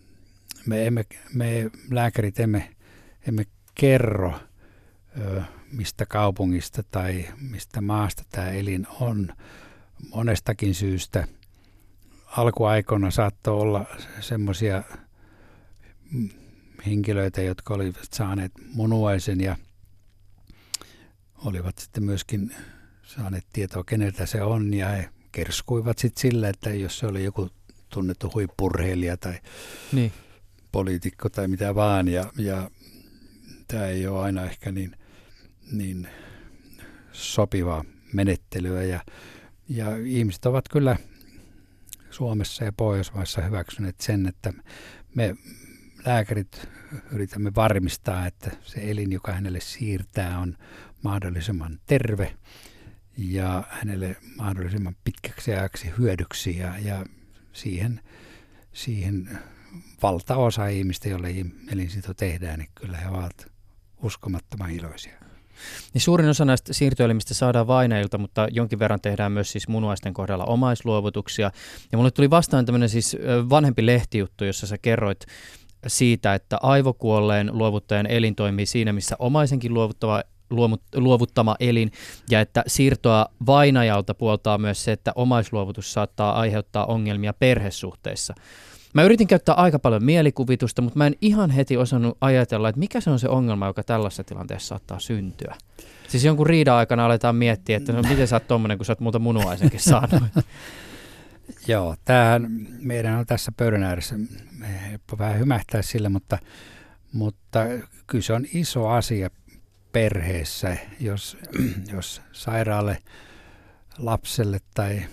Me, emme, me lääkärit emme, emme kerro ö, mistä kaupungista tai mistä maasta tämä elin on monestakin syystä. Alkuaikoina saattoi olla semmoisia henkilöitä, jotka olivat saaneet munuaisen ja olivat sitten myöskin saaneet tietoa, keneltä se on, ja he kerskuivat sitten sillä, että jos se oli joku tunnettu huippurheilija tai niin. poliitikko tai mitä vaan, ja, ja tämä ei ole aina ehkä niin, niin sopivaa menettelyä, ja, ja ihmiset ovat kyllä Suomessa ja Pohjoismaissa hyväksyneet sen, että me lääkärit yritämme varmistaa, että se elin, joka hänelle siirtää, on mahdollisimman terve ja hänelle mahdollisimman pitkäksi ajaksi hyödyksi, ja, ja siihen, siihen valtaosa ihmistä, joille elinsiirto tehdään, niin kyllä he ovat uskomattoman iloisia. Niin suurin osa näistä siirtoelimistä saadaan vainajilta, mutta jonkin verran tehdään myös siis munuaisten kohdalla omaisluovutuksia. Ja mulle tuli vastaan tämmöinen siis vanhempi lehtijuttu, jossa sä kerroit siitä, että aivokuolleen luovuttajan elin toimii siinä, missä omaisenkin luovuttava, luovuttama elin, ja että siirtoa vainajalta puoltaa myös se, että omaisluovutus saattaa aiheuttaa ongelmia perhesuhteissa. Mä yritin käyttää aika paljon mielikuvitusta, mutta mä en ihan heti osannut ajatella, että mikä se on se ongelma, joka tällaisessa tilanteessa saattaa syntyä. Siis jonkun riidan aikana aletaan miettiä, että no, miten sä oot tommonen, kun sä oot muuta munuaisenkin saanut. Joo, tämähän meidän on tässä pöydän ääressä helppo vähän hymähtää sillä, mutta, mutta kyllä se on iso asia perheessä, jos, jos sairaalle lapselle tai,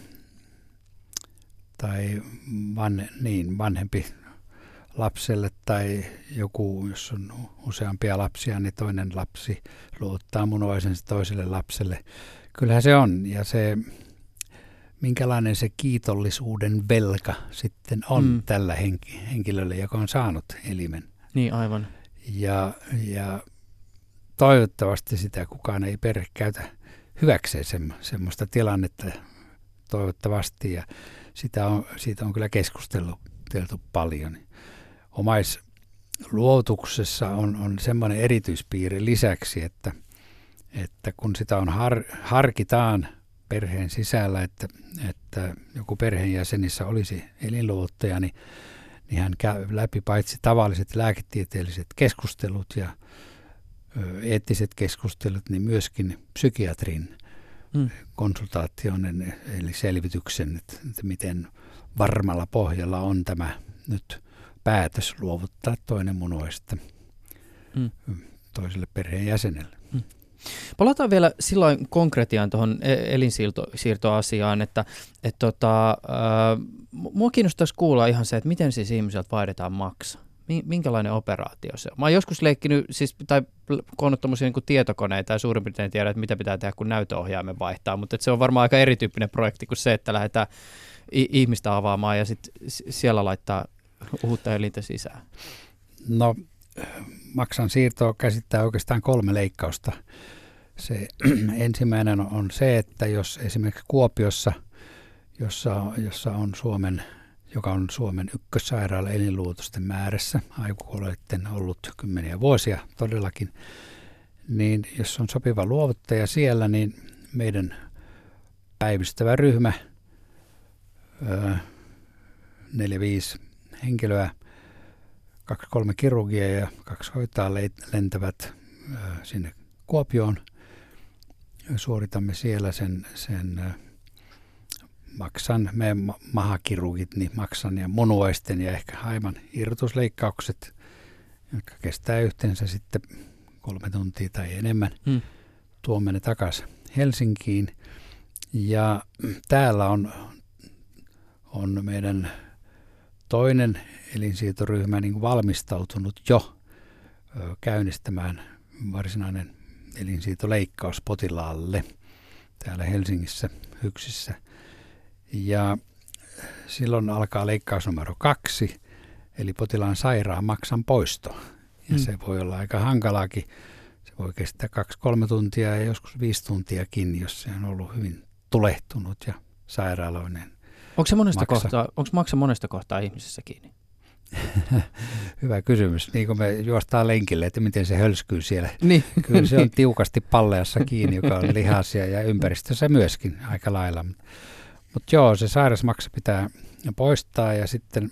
tai van, niin, vanhempi lapselle tai joku, jos on useampia lapsia, niin toinen lapsi luottaa munuaisensa toiselle lapselle. Kyllähän se on, ja se minkälainen se kiitollisuuden velka sitten on mm. tällä henki, henkilölle, joka on saanut elimen. Niin, aivan. Ja, ja toivottavasti sitä kukaan ei perhe käytä hyväkseen semmo, semmoista tilannetta, toivottavasti, ja sitä on, siitä on kyllä keskusteltu paljon. Omaisluovutuksessa on, on semmoinen erityispiirre lisäksi, että, että kun sitä on har, harkitaan perheen sisällä, että, että joku perheenjäsenissä olisi elinluovuttaja, niin, niin hän käy läpi paitsi tavalliset lääketieteelliset keskustelut ja ö, eettiset keskustelut, niin myöskin psykiatrin mm. konsultaation, eli selvityksen, että, että miten varmalla pohjalla on tämä nyt päätös luovuttaa toinen munuaista mm. toiselle perheenjäsenelle. Mm. Palataan vielä silloin konkretiaan tuohon elinsiirtoasiaan, että et tota, äh, mua kiinnostaisi kuulla ihan se, että miten siis ihmiseltä vaihdetaan maksa. Minkälainen operaatio se on? Mä oon joskus leikkinyt, siis, tai koonnut tommosia niin kuin tietokoneita ja suurin piirtein tiedä, että mitä pitää tehdä, kun näytöohjaimen vaihtaa, mutta se on varmaan aika erityyppinen projekti kuin se, että lähdetään ihmistä avaamaan ja sitten siellä laittaa uutta elintä sisään. No, maksan siirto käsittää oikeastaan kolme leikkausta. Se ensimmäinen on se, että jos esimerkiksi Kuopiossa, jossa, jossa on Suomen, joka on Suomen ykkössairaala elinluovutusten määrässä, aivokuolleiden ollut kymmeniä vuosia todellakin, niin jos on sopiva luovuttaja siellä, niin meidän päivystävä ryhmä, neljä viisi henkilöä, kaksi kolme kirurgia ja kaksi hoitajaa lentävät sinne Kuopioon. Suoritamme siellä sen, sen maksan, me mahakirurgit, niin maksan ja munuaisten ja ehkä aivan irrotusleikkaukset, jotka kestää yhteensä sitten kolme tuntia tai enemmän. Hmm. Tuomme ne takaisin Helsinkiin. Ja täällä on, on meidän toinen elinsiirtoryhmä niin kuin valmistautunut jo ö, käynnistämään varsinainen elinsiirtoleikkaus potilaalle täällä Helsingissä Hyksissä. Ja silloin alkaa leikkaus numero kaksi, eli potilaan sairaan maksan poisto. Ja mm. se voi olla aika hankalaakin. Se voi kestää kaksi kolme tuntia ja joskus viisi tuntiakin, jos se on ollut hyvin tulehtunut ja sairaaloinen. Onko se monesta maksa. kohtaa, onko maksa monesta kohtaa ihmisessä kiinni? Hyvä kysymys. Niin kuin me juostaan lenkille, että miten se hölskyy siellä. Niin. Kyllä se on tiukasti palleassa kiinni, joka on lihasia ja ympäristössä myöskin aika lailla. Mutta joo, se sairasmaksa pitää poistaa ja sitten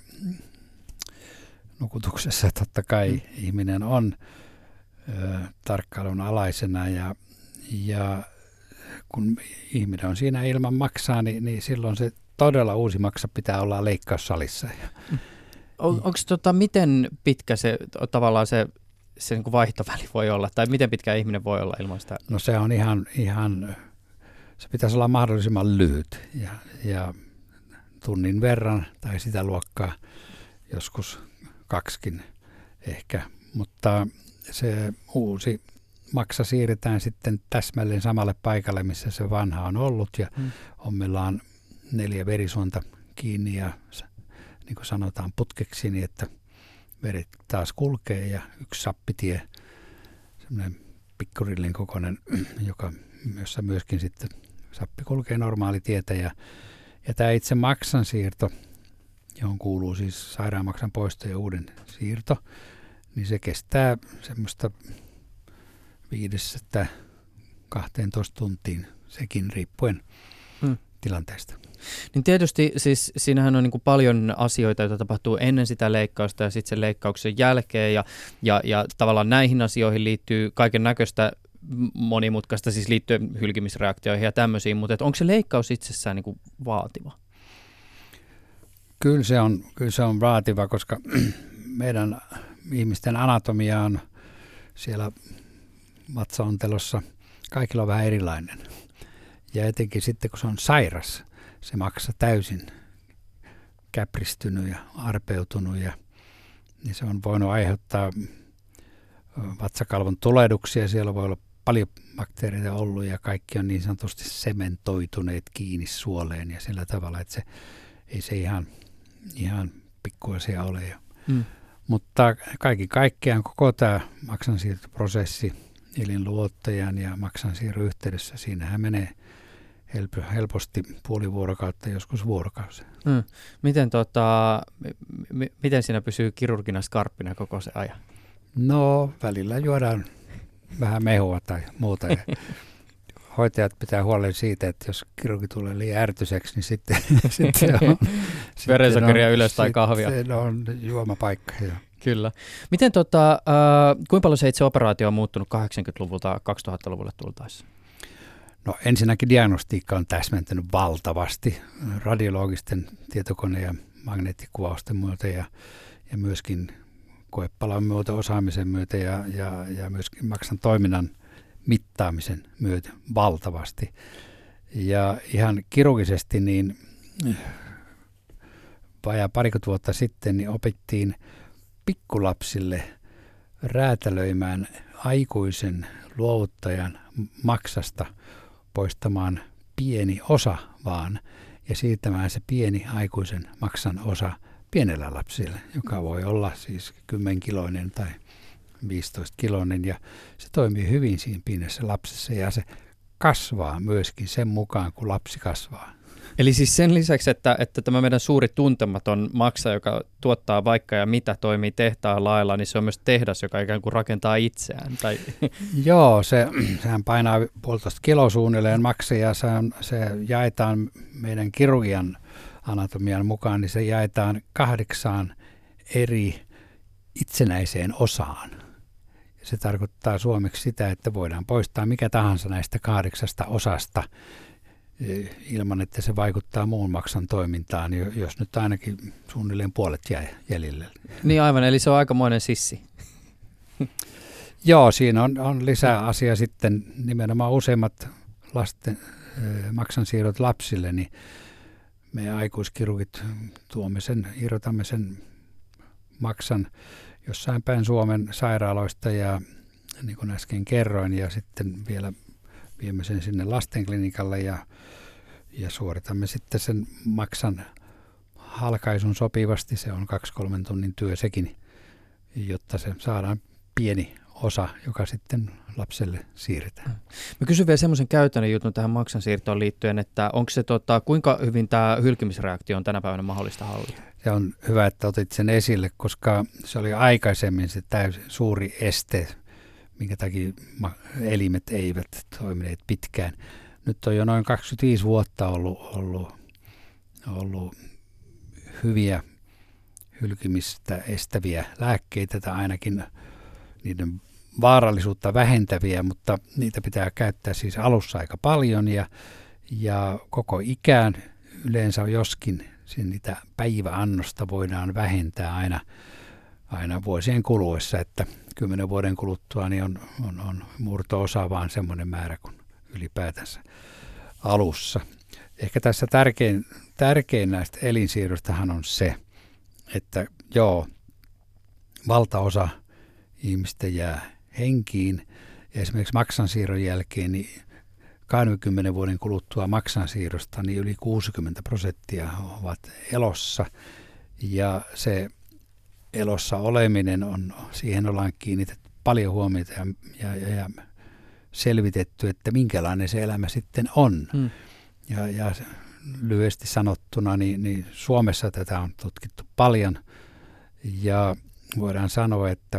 nukutuksessa totta kai mm. ihminen on ö, tarkkailun alaisena ja, ja kun ihminen on siinä ilman maksaa, niin, niin silloin se todella uusi maksa pitää olla leikkaussalissa. Mm. On, onko tota, miten pitkä se tavallaan se, se niin kuin vaihtoväli voi olla, tai miten pitkä ihminen voi olla ilman sitä? No se on ihan, ihan se pitäisi olla mahdollisimman lyhyt ja, ja tunnin verran tai sitä luokkaa, joskus kaksikin ehkä, mutta se uusi maksa siirretään sitten täsmälleen samalle paikalle, missä se vanha on ollut ja hmm. ommellaan neljä verisuonta kiinni ja niin kuin sanotaan putkeksi, niin että veret taas kulkee ja yksi sappitie, semmoinen pikkurillin kokoinen, joka, jossa myöskin sitten sappi kulkee normaalitietä ja, ja tämä itse maksan siirto, johon kuuluu siis sairaanmaksan poisto ja uuden siirto, niin se kestää semmoista viidestä kahteentoista tuntiin, sekin riippuen hmm. tilanteesta. Niin tietysti siis siinähän on niin kuin paljon asioita, joita tapahtuu ennen sitä leikkausta ja sitten sen leikkauksen jälkeen ja, ja, ja tavallaan näihin asioihin liittyy kaiken näköistä monimutkaista, siis liittyen hylkimisreaktioihin ja tämmöisiin, mutta onko se leikkaus itsessään niin kuin vaativa? Kyllä se on, kyllä se on vaativa, koska meidän ihmisten anatomia on siellä vatsaontelossa, kaikilla on vähän erilainen. Ja etenkin sitten, kun se on sairas, se maksaa täysin käpristynyt ja arpeutunut, ja, niin se on voinut aiheuttaa vatsakalvon tulehduksia. Siellä voi olla paljon bakteereita ollut, ja kaikki on niin sanotusti sementoituneet kiinni suoleen, ja sillä tavalla, että se ei se ihan, ihan pikkuasia ole. Mm. Mutta kaikki kaikkiaan koko tämä maksansiirtoprosessi elinluottajan ja maksansiirron yhteydessä, siinähän menee helposti puoli vuorokautta, joskus vuorokausi. Mm. Miten, tota, m- miten siinä pysyy kirurgina skarppina koko se ajan? No välillä juodaan vähän mehua tai muuta. Ja hoitajat pitää huolen siitä, että jos kirurgi tulee liian ärtyiseksi, niin sitten, sitten on verensokeria ylös tai kahvia. Sitten on juomapaikka. Jo. Kyllä. Miten tota, äh, kuinka paljon se itse operaatio on muuttunut kahdeksankymmentäluvulta kaksituhattaluvulle tultaessa? No ensinnäkin diagnostiikka on täsmentynyt valtavasti radiologisten tietokone- ja magneettikuvausten myötä ja, ja myöskin koepalan myötä, osaamisen myötä ja, ja, ja myöskin maksan toiminnan mittaamisen myötä valtavasti. Ja ihan kirurgisesti niin vajaa parikymmentä vuotta sitten niin opittiin pikkulapsille räätälöimään aikuisen luovuttajan maksasta poistamaan pieni osa vaan ja siirtämään se pieni aikuisen maksan osa pienellä lapsille, joka voi olla siis kymmenkiloinen tai viisitoista kiloinen ja se toimii hyvin siinä pienessä lapsessa ja se kasvaa myöskin sen mukaan, kun lapsi kasvaa. Eli siis sen lisäksi, että, että tämä meidän suuri tuntematon maksa, joka tuottaa vaikka ja mitä toimii tehtaan lailla, niin se on myös tehdas, joka ikään kuin rakentaa itseään. Tai... Joo, se, sehän painaa puolitoista kiloa suunnilleen maksa ja se, on, se jaetaan meidän kirurgian anatomian mukaan, niin se jaetaan kahdeksaan eri itsenäiseen osaan. Se tarkoittaa suomeksi sitä, että voidaan poistaa mikä tahansa näistä kahdeksasta osasta ilman, että se vaikuttaa muun maksan toimintaan, jos nyt ainakin suunnilleen puolet jäi jäljelle. Niin aivan, eli se on aikamoinen sissi. Joo, siinä on, on lisää asia sitten nimenomaan useimmat lasten äh, maksansiirrot lapsille, niin me aikuiskirurgit tuomme sen, irrotamme sen maksan jossain päin Suomen sairaaloista ja niin kuin äsken kerroin ja sitten vielä viemme sen sinne lastenklinikalle ja, ja suoritamme sitten sen maksan halkaisun sopivasti. Se on kaksi kolmen tunnin työ sekin, jotta se saadaan pieni osa, joka sitten lapselle siirretään. Mä kysyn vielä semmoisen käytännön jutun tähän maksansiirtoon liittyen, että onko se tota, kuinka hyvin tämä hylkimisreaktio on tänä päivänä mahdollista hallita? Se on hyvä, että otit sen esille, koska se oli aikaisemmin se täysin suuri este, minkä takia elimet eivät toimineet pitkään. Nyt on jo noin kaksikymmentäviisi vuotta ollut, ollut, ollut hyviä hylkimistä estäviä lääkkeitä tai ainakin niiden vaarallisuutta vähentäviä, mutta niitä pitää käyttää siis alussa aika paljon ja, ja koko ikään yleensä joskin niitä päiväannosta voidaan vähentää aina, aina vuosien kuluessa, että kymmenen vuoden kuluttua niin on, on, on murto-osa vaan semmoinen määrä kuin ylipäätänsä alussa. Ehkä tässä tärkein, tärkein näistä elinsiirroistahan on se, että joo, valtaosa ihmistä jää henkiin ja esimerkiksi maksansiirron jälkeen niin kaksikymmentä vuoden kuluttua maksansiirrosta niin yli kuusikymmentä prosenttia ovat elossa ja se elossa oleminen on, siihen ollaan kiinnitetty paljon huomiota ja, ja, ja selvitetty, että minkälainen se elämä sitten on. Hmm. Ja, ja lyhyesti sanottuna, niin, niin Suomessa tätä on tutkittu paljon ja voidaan sanoa, että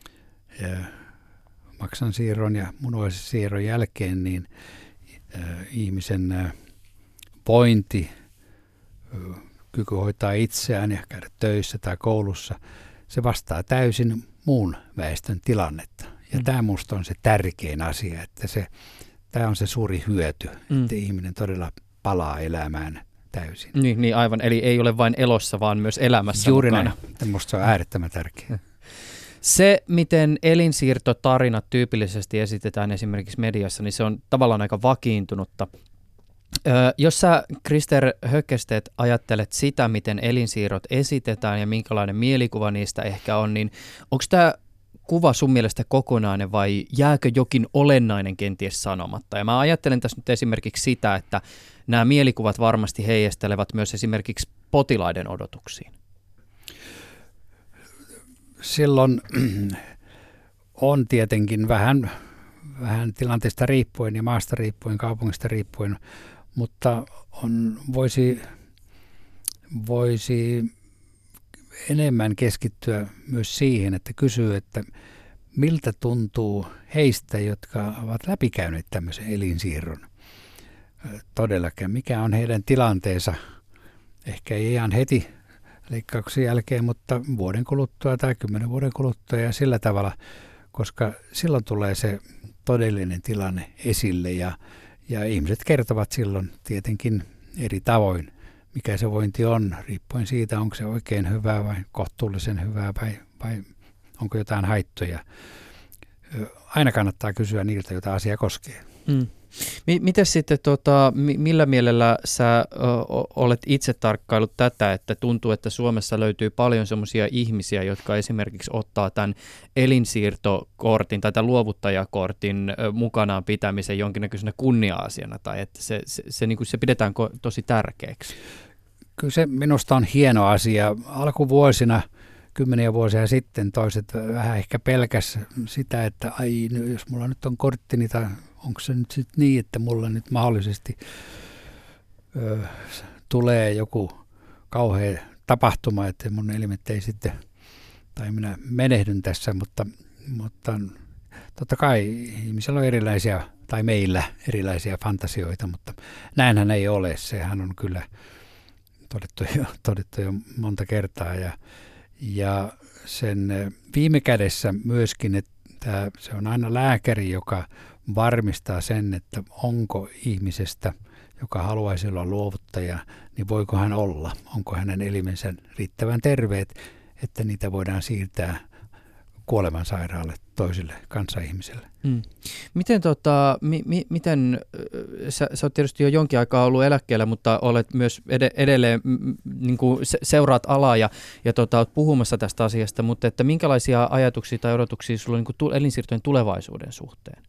ja maksansiirron ja munuaissiirron jälkeen niin äh, ihmisen äh, vointi, äh, kyky hoitaa itseään ja käydä töissä tai koulussa, se vastaa täysin muun väestön tilannetta. Ja mm. tämä minusta on se tärkein asia, että se, tämä on se suuri hyöty, mm. että ihminen todella palaa elämään täysin. Niin, niin aivan, eli ei ole vain elossa, vaan myös elämässä Juuri mukana. Juuri näin, minusta se on äärettömän tärkeää. Se, miten elinsiirtotarinat tyypillisesti esitetään esimerkiksi mediassa, niin se on tavallaan aika vakiintunutta. Öö, jos sä, Krister Höckestedt, ajattelet sitä, miten elinsiirrot esitetään ja minkälainen mielikuva niistä ehkä on, niin onko tämä kuva sun mielestä kokonainen vai jääkö jokin olennainen kenties sanomatta? Ja mä ajattelen tässä nyt esimerkiksi sitä, että nämä mielikuvat varmasti heijastelevat myös esimerkiksi potilaiden odotuksiin. Silloin on tietenkin vähän, vähän tilanteesta riippuen ja maasta riippuen, kaupungista riippuen, mutta on, voisi, voisi enemmän keskittyä myös siihen, että kysyy, että miltä tuntuu heistä, jotka ovat läpikäyneet tämmöisen elinsiirron. Todellakin, mikä on heidän tilanteensa, ehkä ei ihan heti leikkauksen jälkeen, mutta vuoden kuluttua tai kymmenen vuoden kuluttua ja sillä tavalla, koska silloin tulee se todellinen tilanne esille ja, ja ihmiset kertovat silloin tietenkin eri tavoin, mikä se vointi on, riippuen siitä, onko se oikein hyvää vai kohtuullisen hyvää vai, vai onko jotain haittoja. Aina kannattaa kysyä niiltä, joita asia koskee. Mm. Miten sitten, tota, millä mielellä sä ö, olet itse tarkkailut tätä, että tuntuu, että Suomessa löytyy paljon semmoisia ihmisiä, jotka esimerkiksi ottaa tämän elinsiirtokortin tai tämän luovuttajakortin ö, mukanaan pitämisen jonkinnäköisenä kunnia-asiana, tai että se, se, se, niin kuin se pidetään ko- tosi tärkeäksi? Kyllä se minusta on hieno asia. Alkuvuosina, kymmeniä vuosia sitten, toiset vähän ehkä pelkäs sitä, että ai, jos mulla nyt on kortti, niin onko se nyt sitten niin, että mulla nyt mahdollisesti ö, tulee joku kauhea tapahtuma, että mun elimet ei sitten, tai minä menehdyn tässä, mutta, mutta totta kai ihmisillä on erilaisia, tai meillä erilaisia fantasioita, mutta näinhän ei ole. Sehän on kyllä todettu jo, todettu jo monta kertaa, ja, ja sen viime kädessä myöskin, että se on aina lääkäri, joka varmistaa sen, että onko ihmisestä, joka haluaisi olla luovuttaja, niin voiko hän olla, onko hänen elimensä riittävän terveet, että niitä voidaan siirtää kuolemansairaalle toisille kanssaihmiselle. Mm. Miten, tota, mi, mi, miten sä, sä oot tietysti jo jonkin aikaa ollut eläkkeellä, mutta olet myös ed- edelleen m, niin kuin seuraat alaa ja, ja tota, oot puhumassa tästä asiasta, mutta että minkälaisia ajatuksia tai odotuksia sulla on niin kuin elinsiirtojen tulevaisuuden suhteen?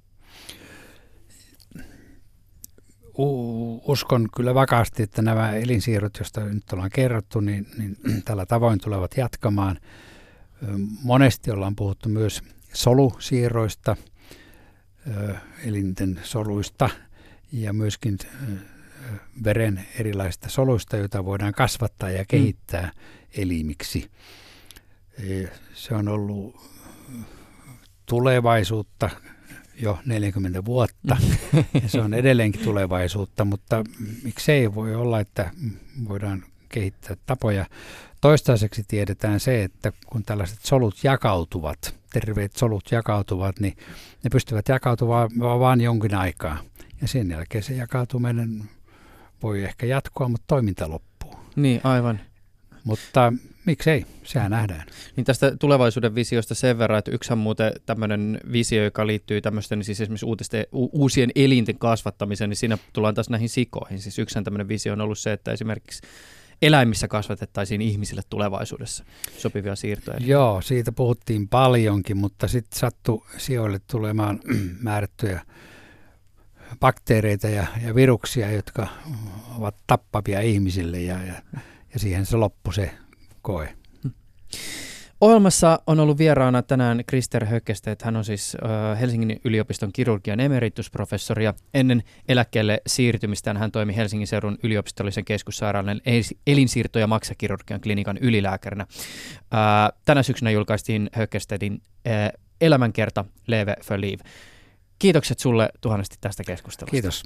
Uskon kyllä vakaasti, että nämä elinsiirrot, joista nyt ollaan kerrottu, niin, niin tällä tavoin tulevat jatkamaan. Monesti ollaan puhuttu myös solusiirroista, elinten soluista ja myöskin veren erilaisista soluista, joita voidaan kasvattaa ja kehittää mm. elimiksi. Se on ollut tulevaisuutta jo neljäkymmentä vuotta ja se on edelleenkin tulevaisuutta, mutta miksei voi olla, että voidaan kehittää tapoja. Toistaiseksi tiedetään se, että kun tällaiset solut jakautuvat, terveet solut jakautuvat, niin ne pystyvät jakautumaan vain jonkin aikaa. Ja sen jälkeen se jakautuminen voi ehkä jatkua, mutta toiminta loppuu. Niin, aivan. Mutta miksei, sehän nähdään. Niin tästä tulevaisuuden visiosta sen verran, että yksihän muuten tämmöinen visio, joka liittyy tämmöisten, siis esimerkiksi uutisten, u- uusien elinten kasvattamiseen, niin siinä tullaan taas näihin sikoihin. Siis yksihän tämmöinen visio on ollut se, että esimerkiksi eläimissä kasvatettaisiin ihmisille tulevaisuudessa sopivia siirtoja. Joo, siitä puhuttiin paljonkin, mutta sitten sattui sijoille tulemaan määrättyjä bakteereita ja, ja viruksia, jotka ovat tappavia ihmisille ja, ja, ja siihen se loppui se koe. Ohjelmassa on ollut vieraana tänään Krister Höckestedt. Hän on siis äh, Helsingin yliopiston kirurgian emeritusprofessori ja ennen eläkkeelle siirtymistään hän toimi Helsingin seudun yliopistollisen keskussairaalan elinsiirto- ja maksakirurgian klinikan ylilääkärinä. Äh, tänä syksynä julkaistiin Höckestedtin äh, elämänkerta Leve för liv. Kiitokset sulle tuhannesti tästä keskustelusta. Kiitos.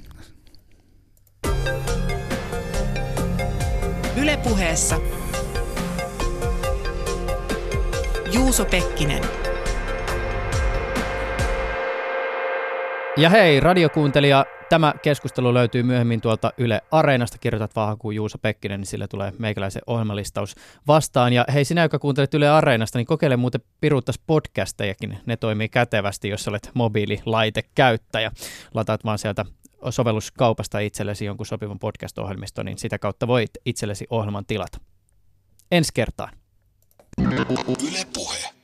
Yle Puheessa Juuso Pekkinen. Ja hei, radiokuuntelija, tämä keskustelu löytyy myöhemmin tuolta Yle Areenasta. Kirjoitat vaan hakuun Juuso Pekkinen, niin sillä tulee meikäläisen ohjelmalistaus vastaan. Ja hei, sinä, joka kuuntelet Yle Areenasta, niin kokeile muuten piruuttas podcastejakin. Ne toimii kätevästi, jos olet mobiililaitekäyttäjä. Lataat vaan sieltä sovelluskaupasta itsellesi jonkun sopivan podcast-ohjelmiston, niin sitä kautta voit itsellesi ohjelman tilata. Ensi kertaan. Yle Puhe.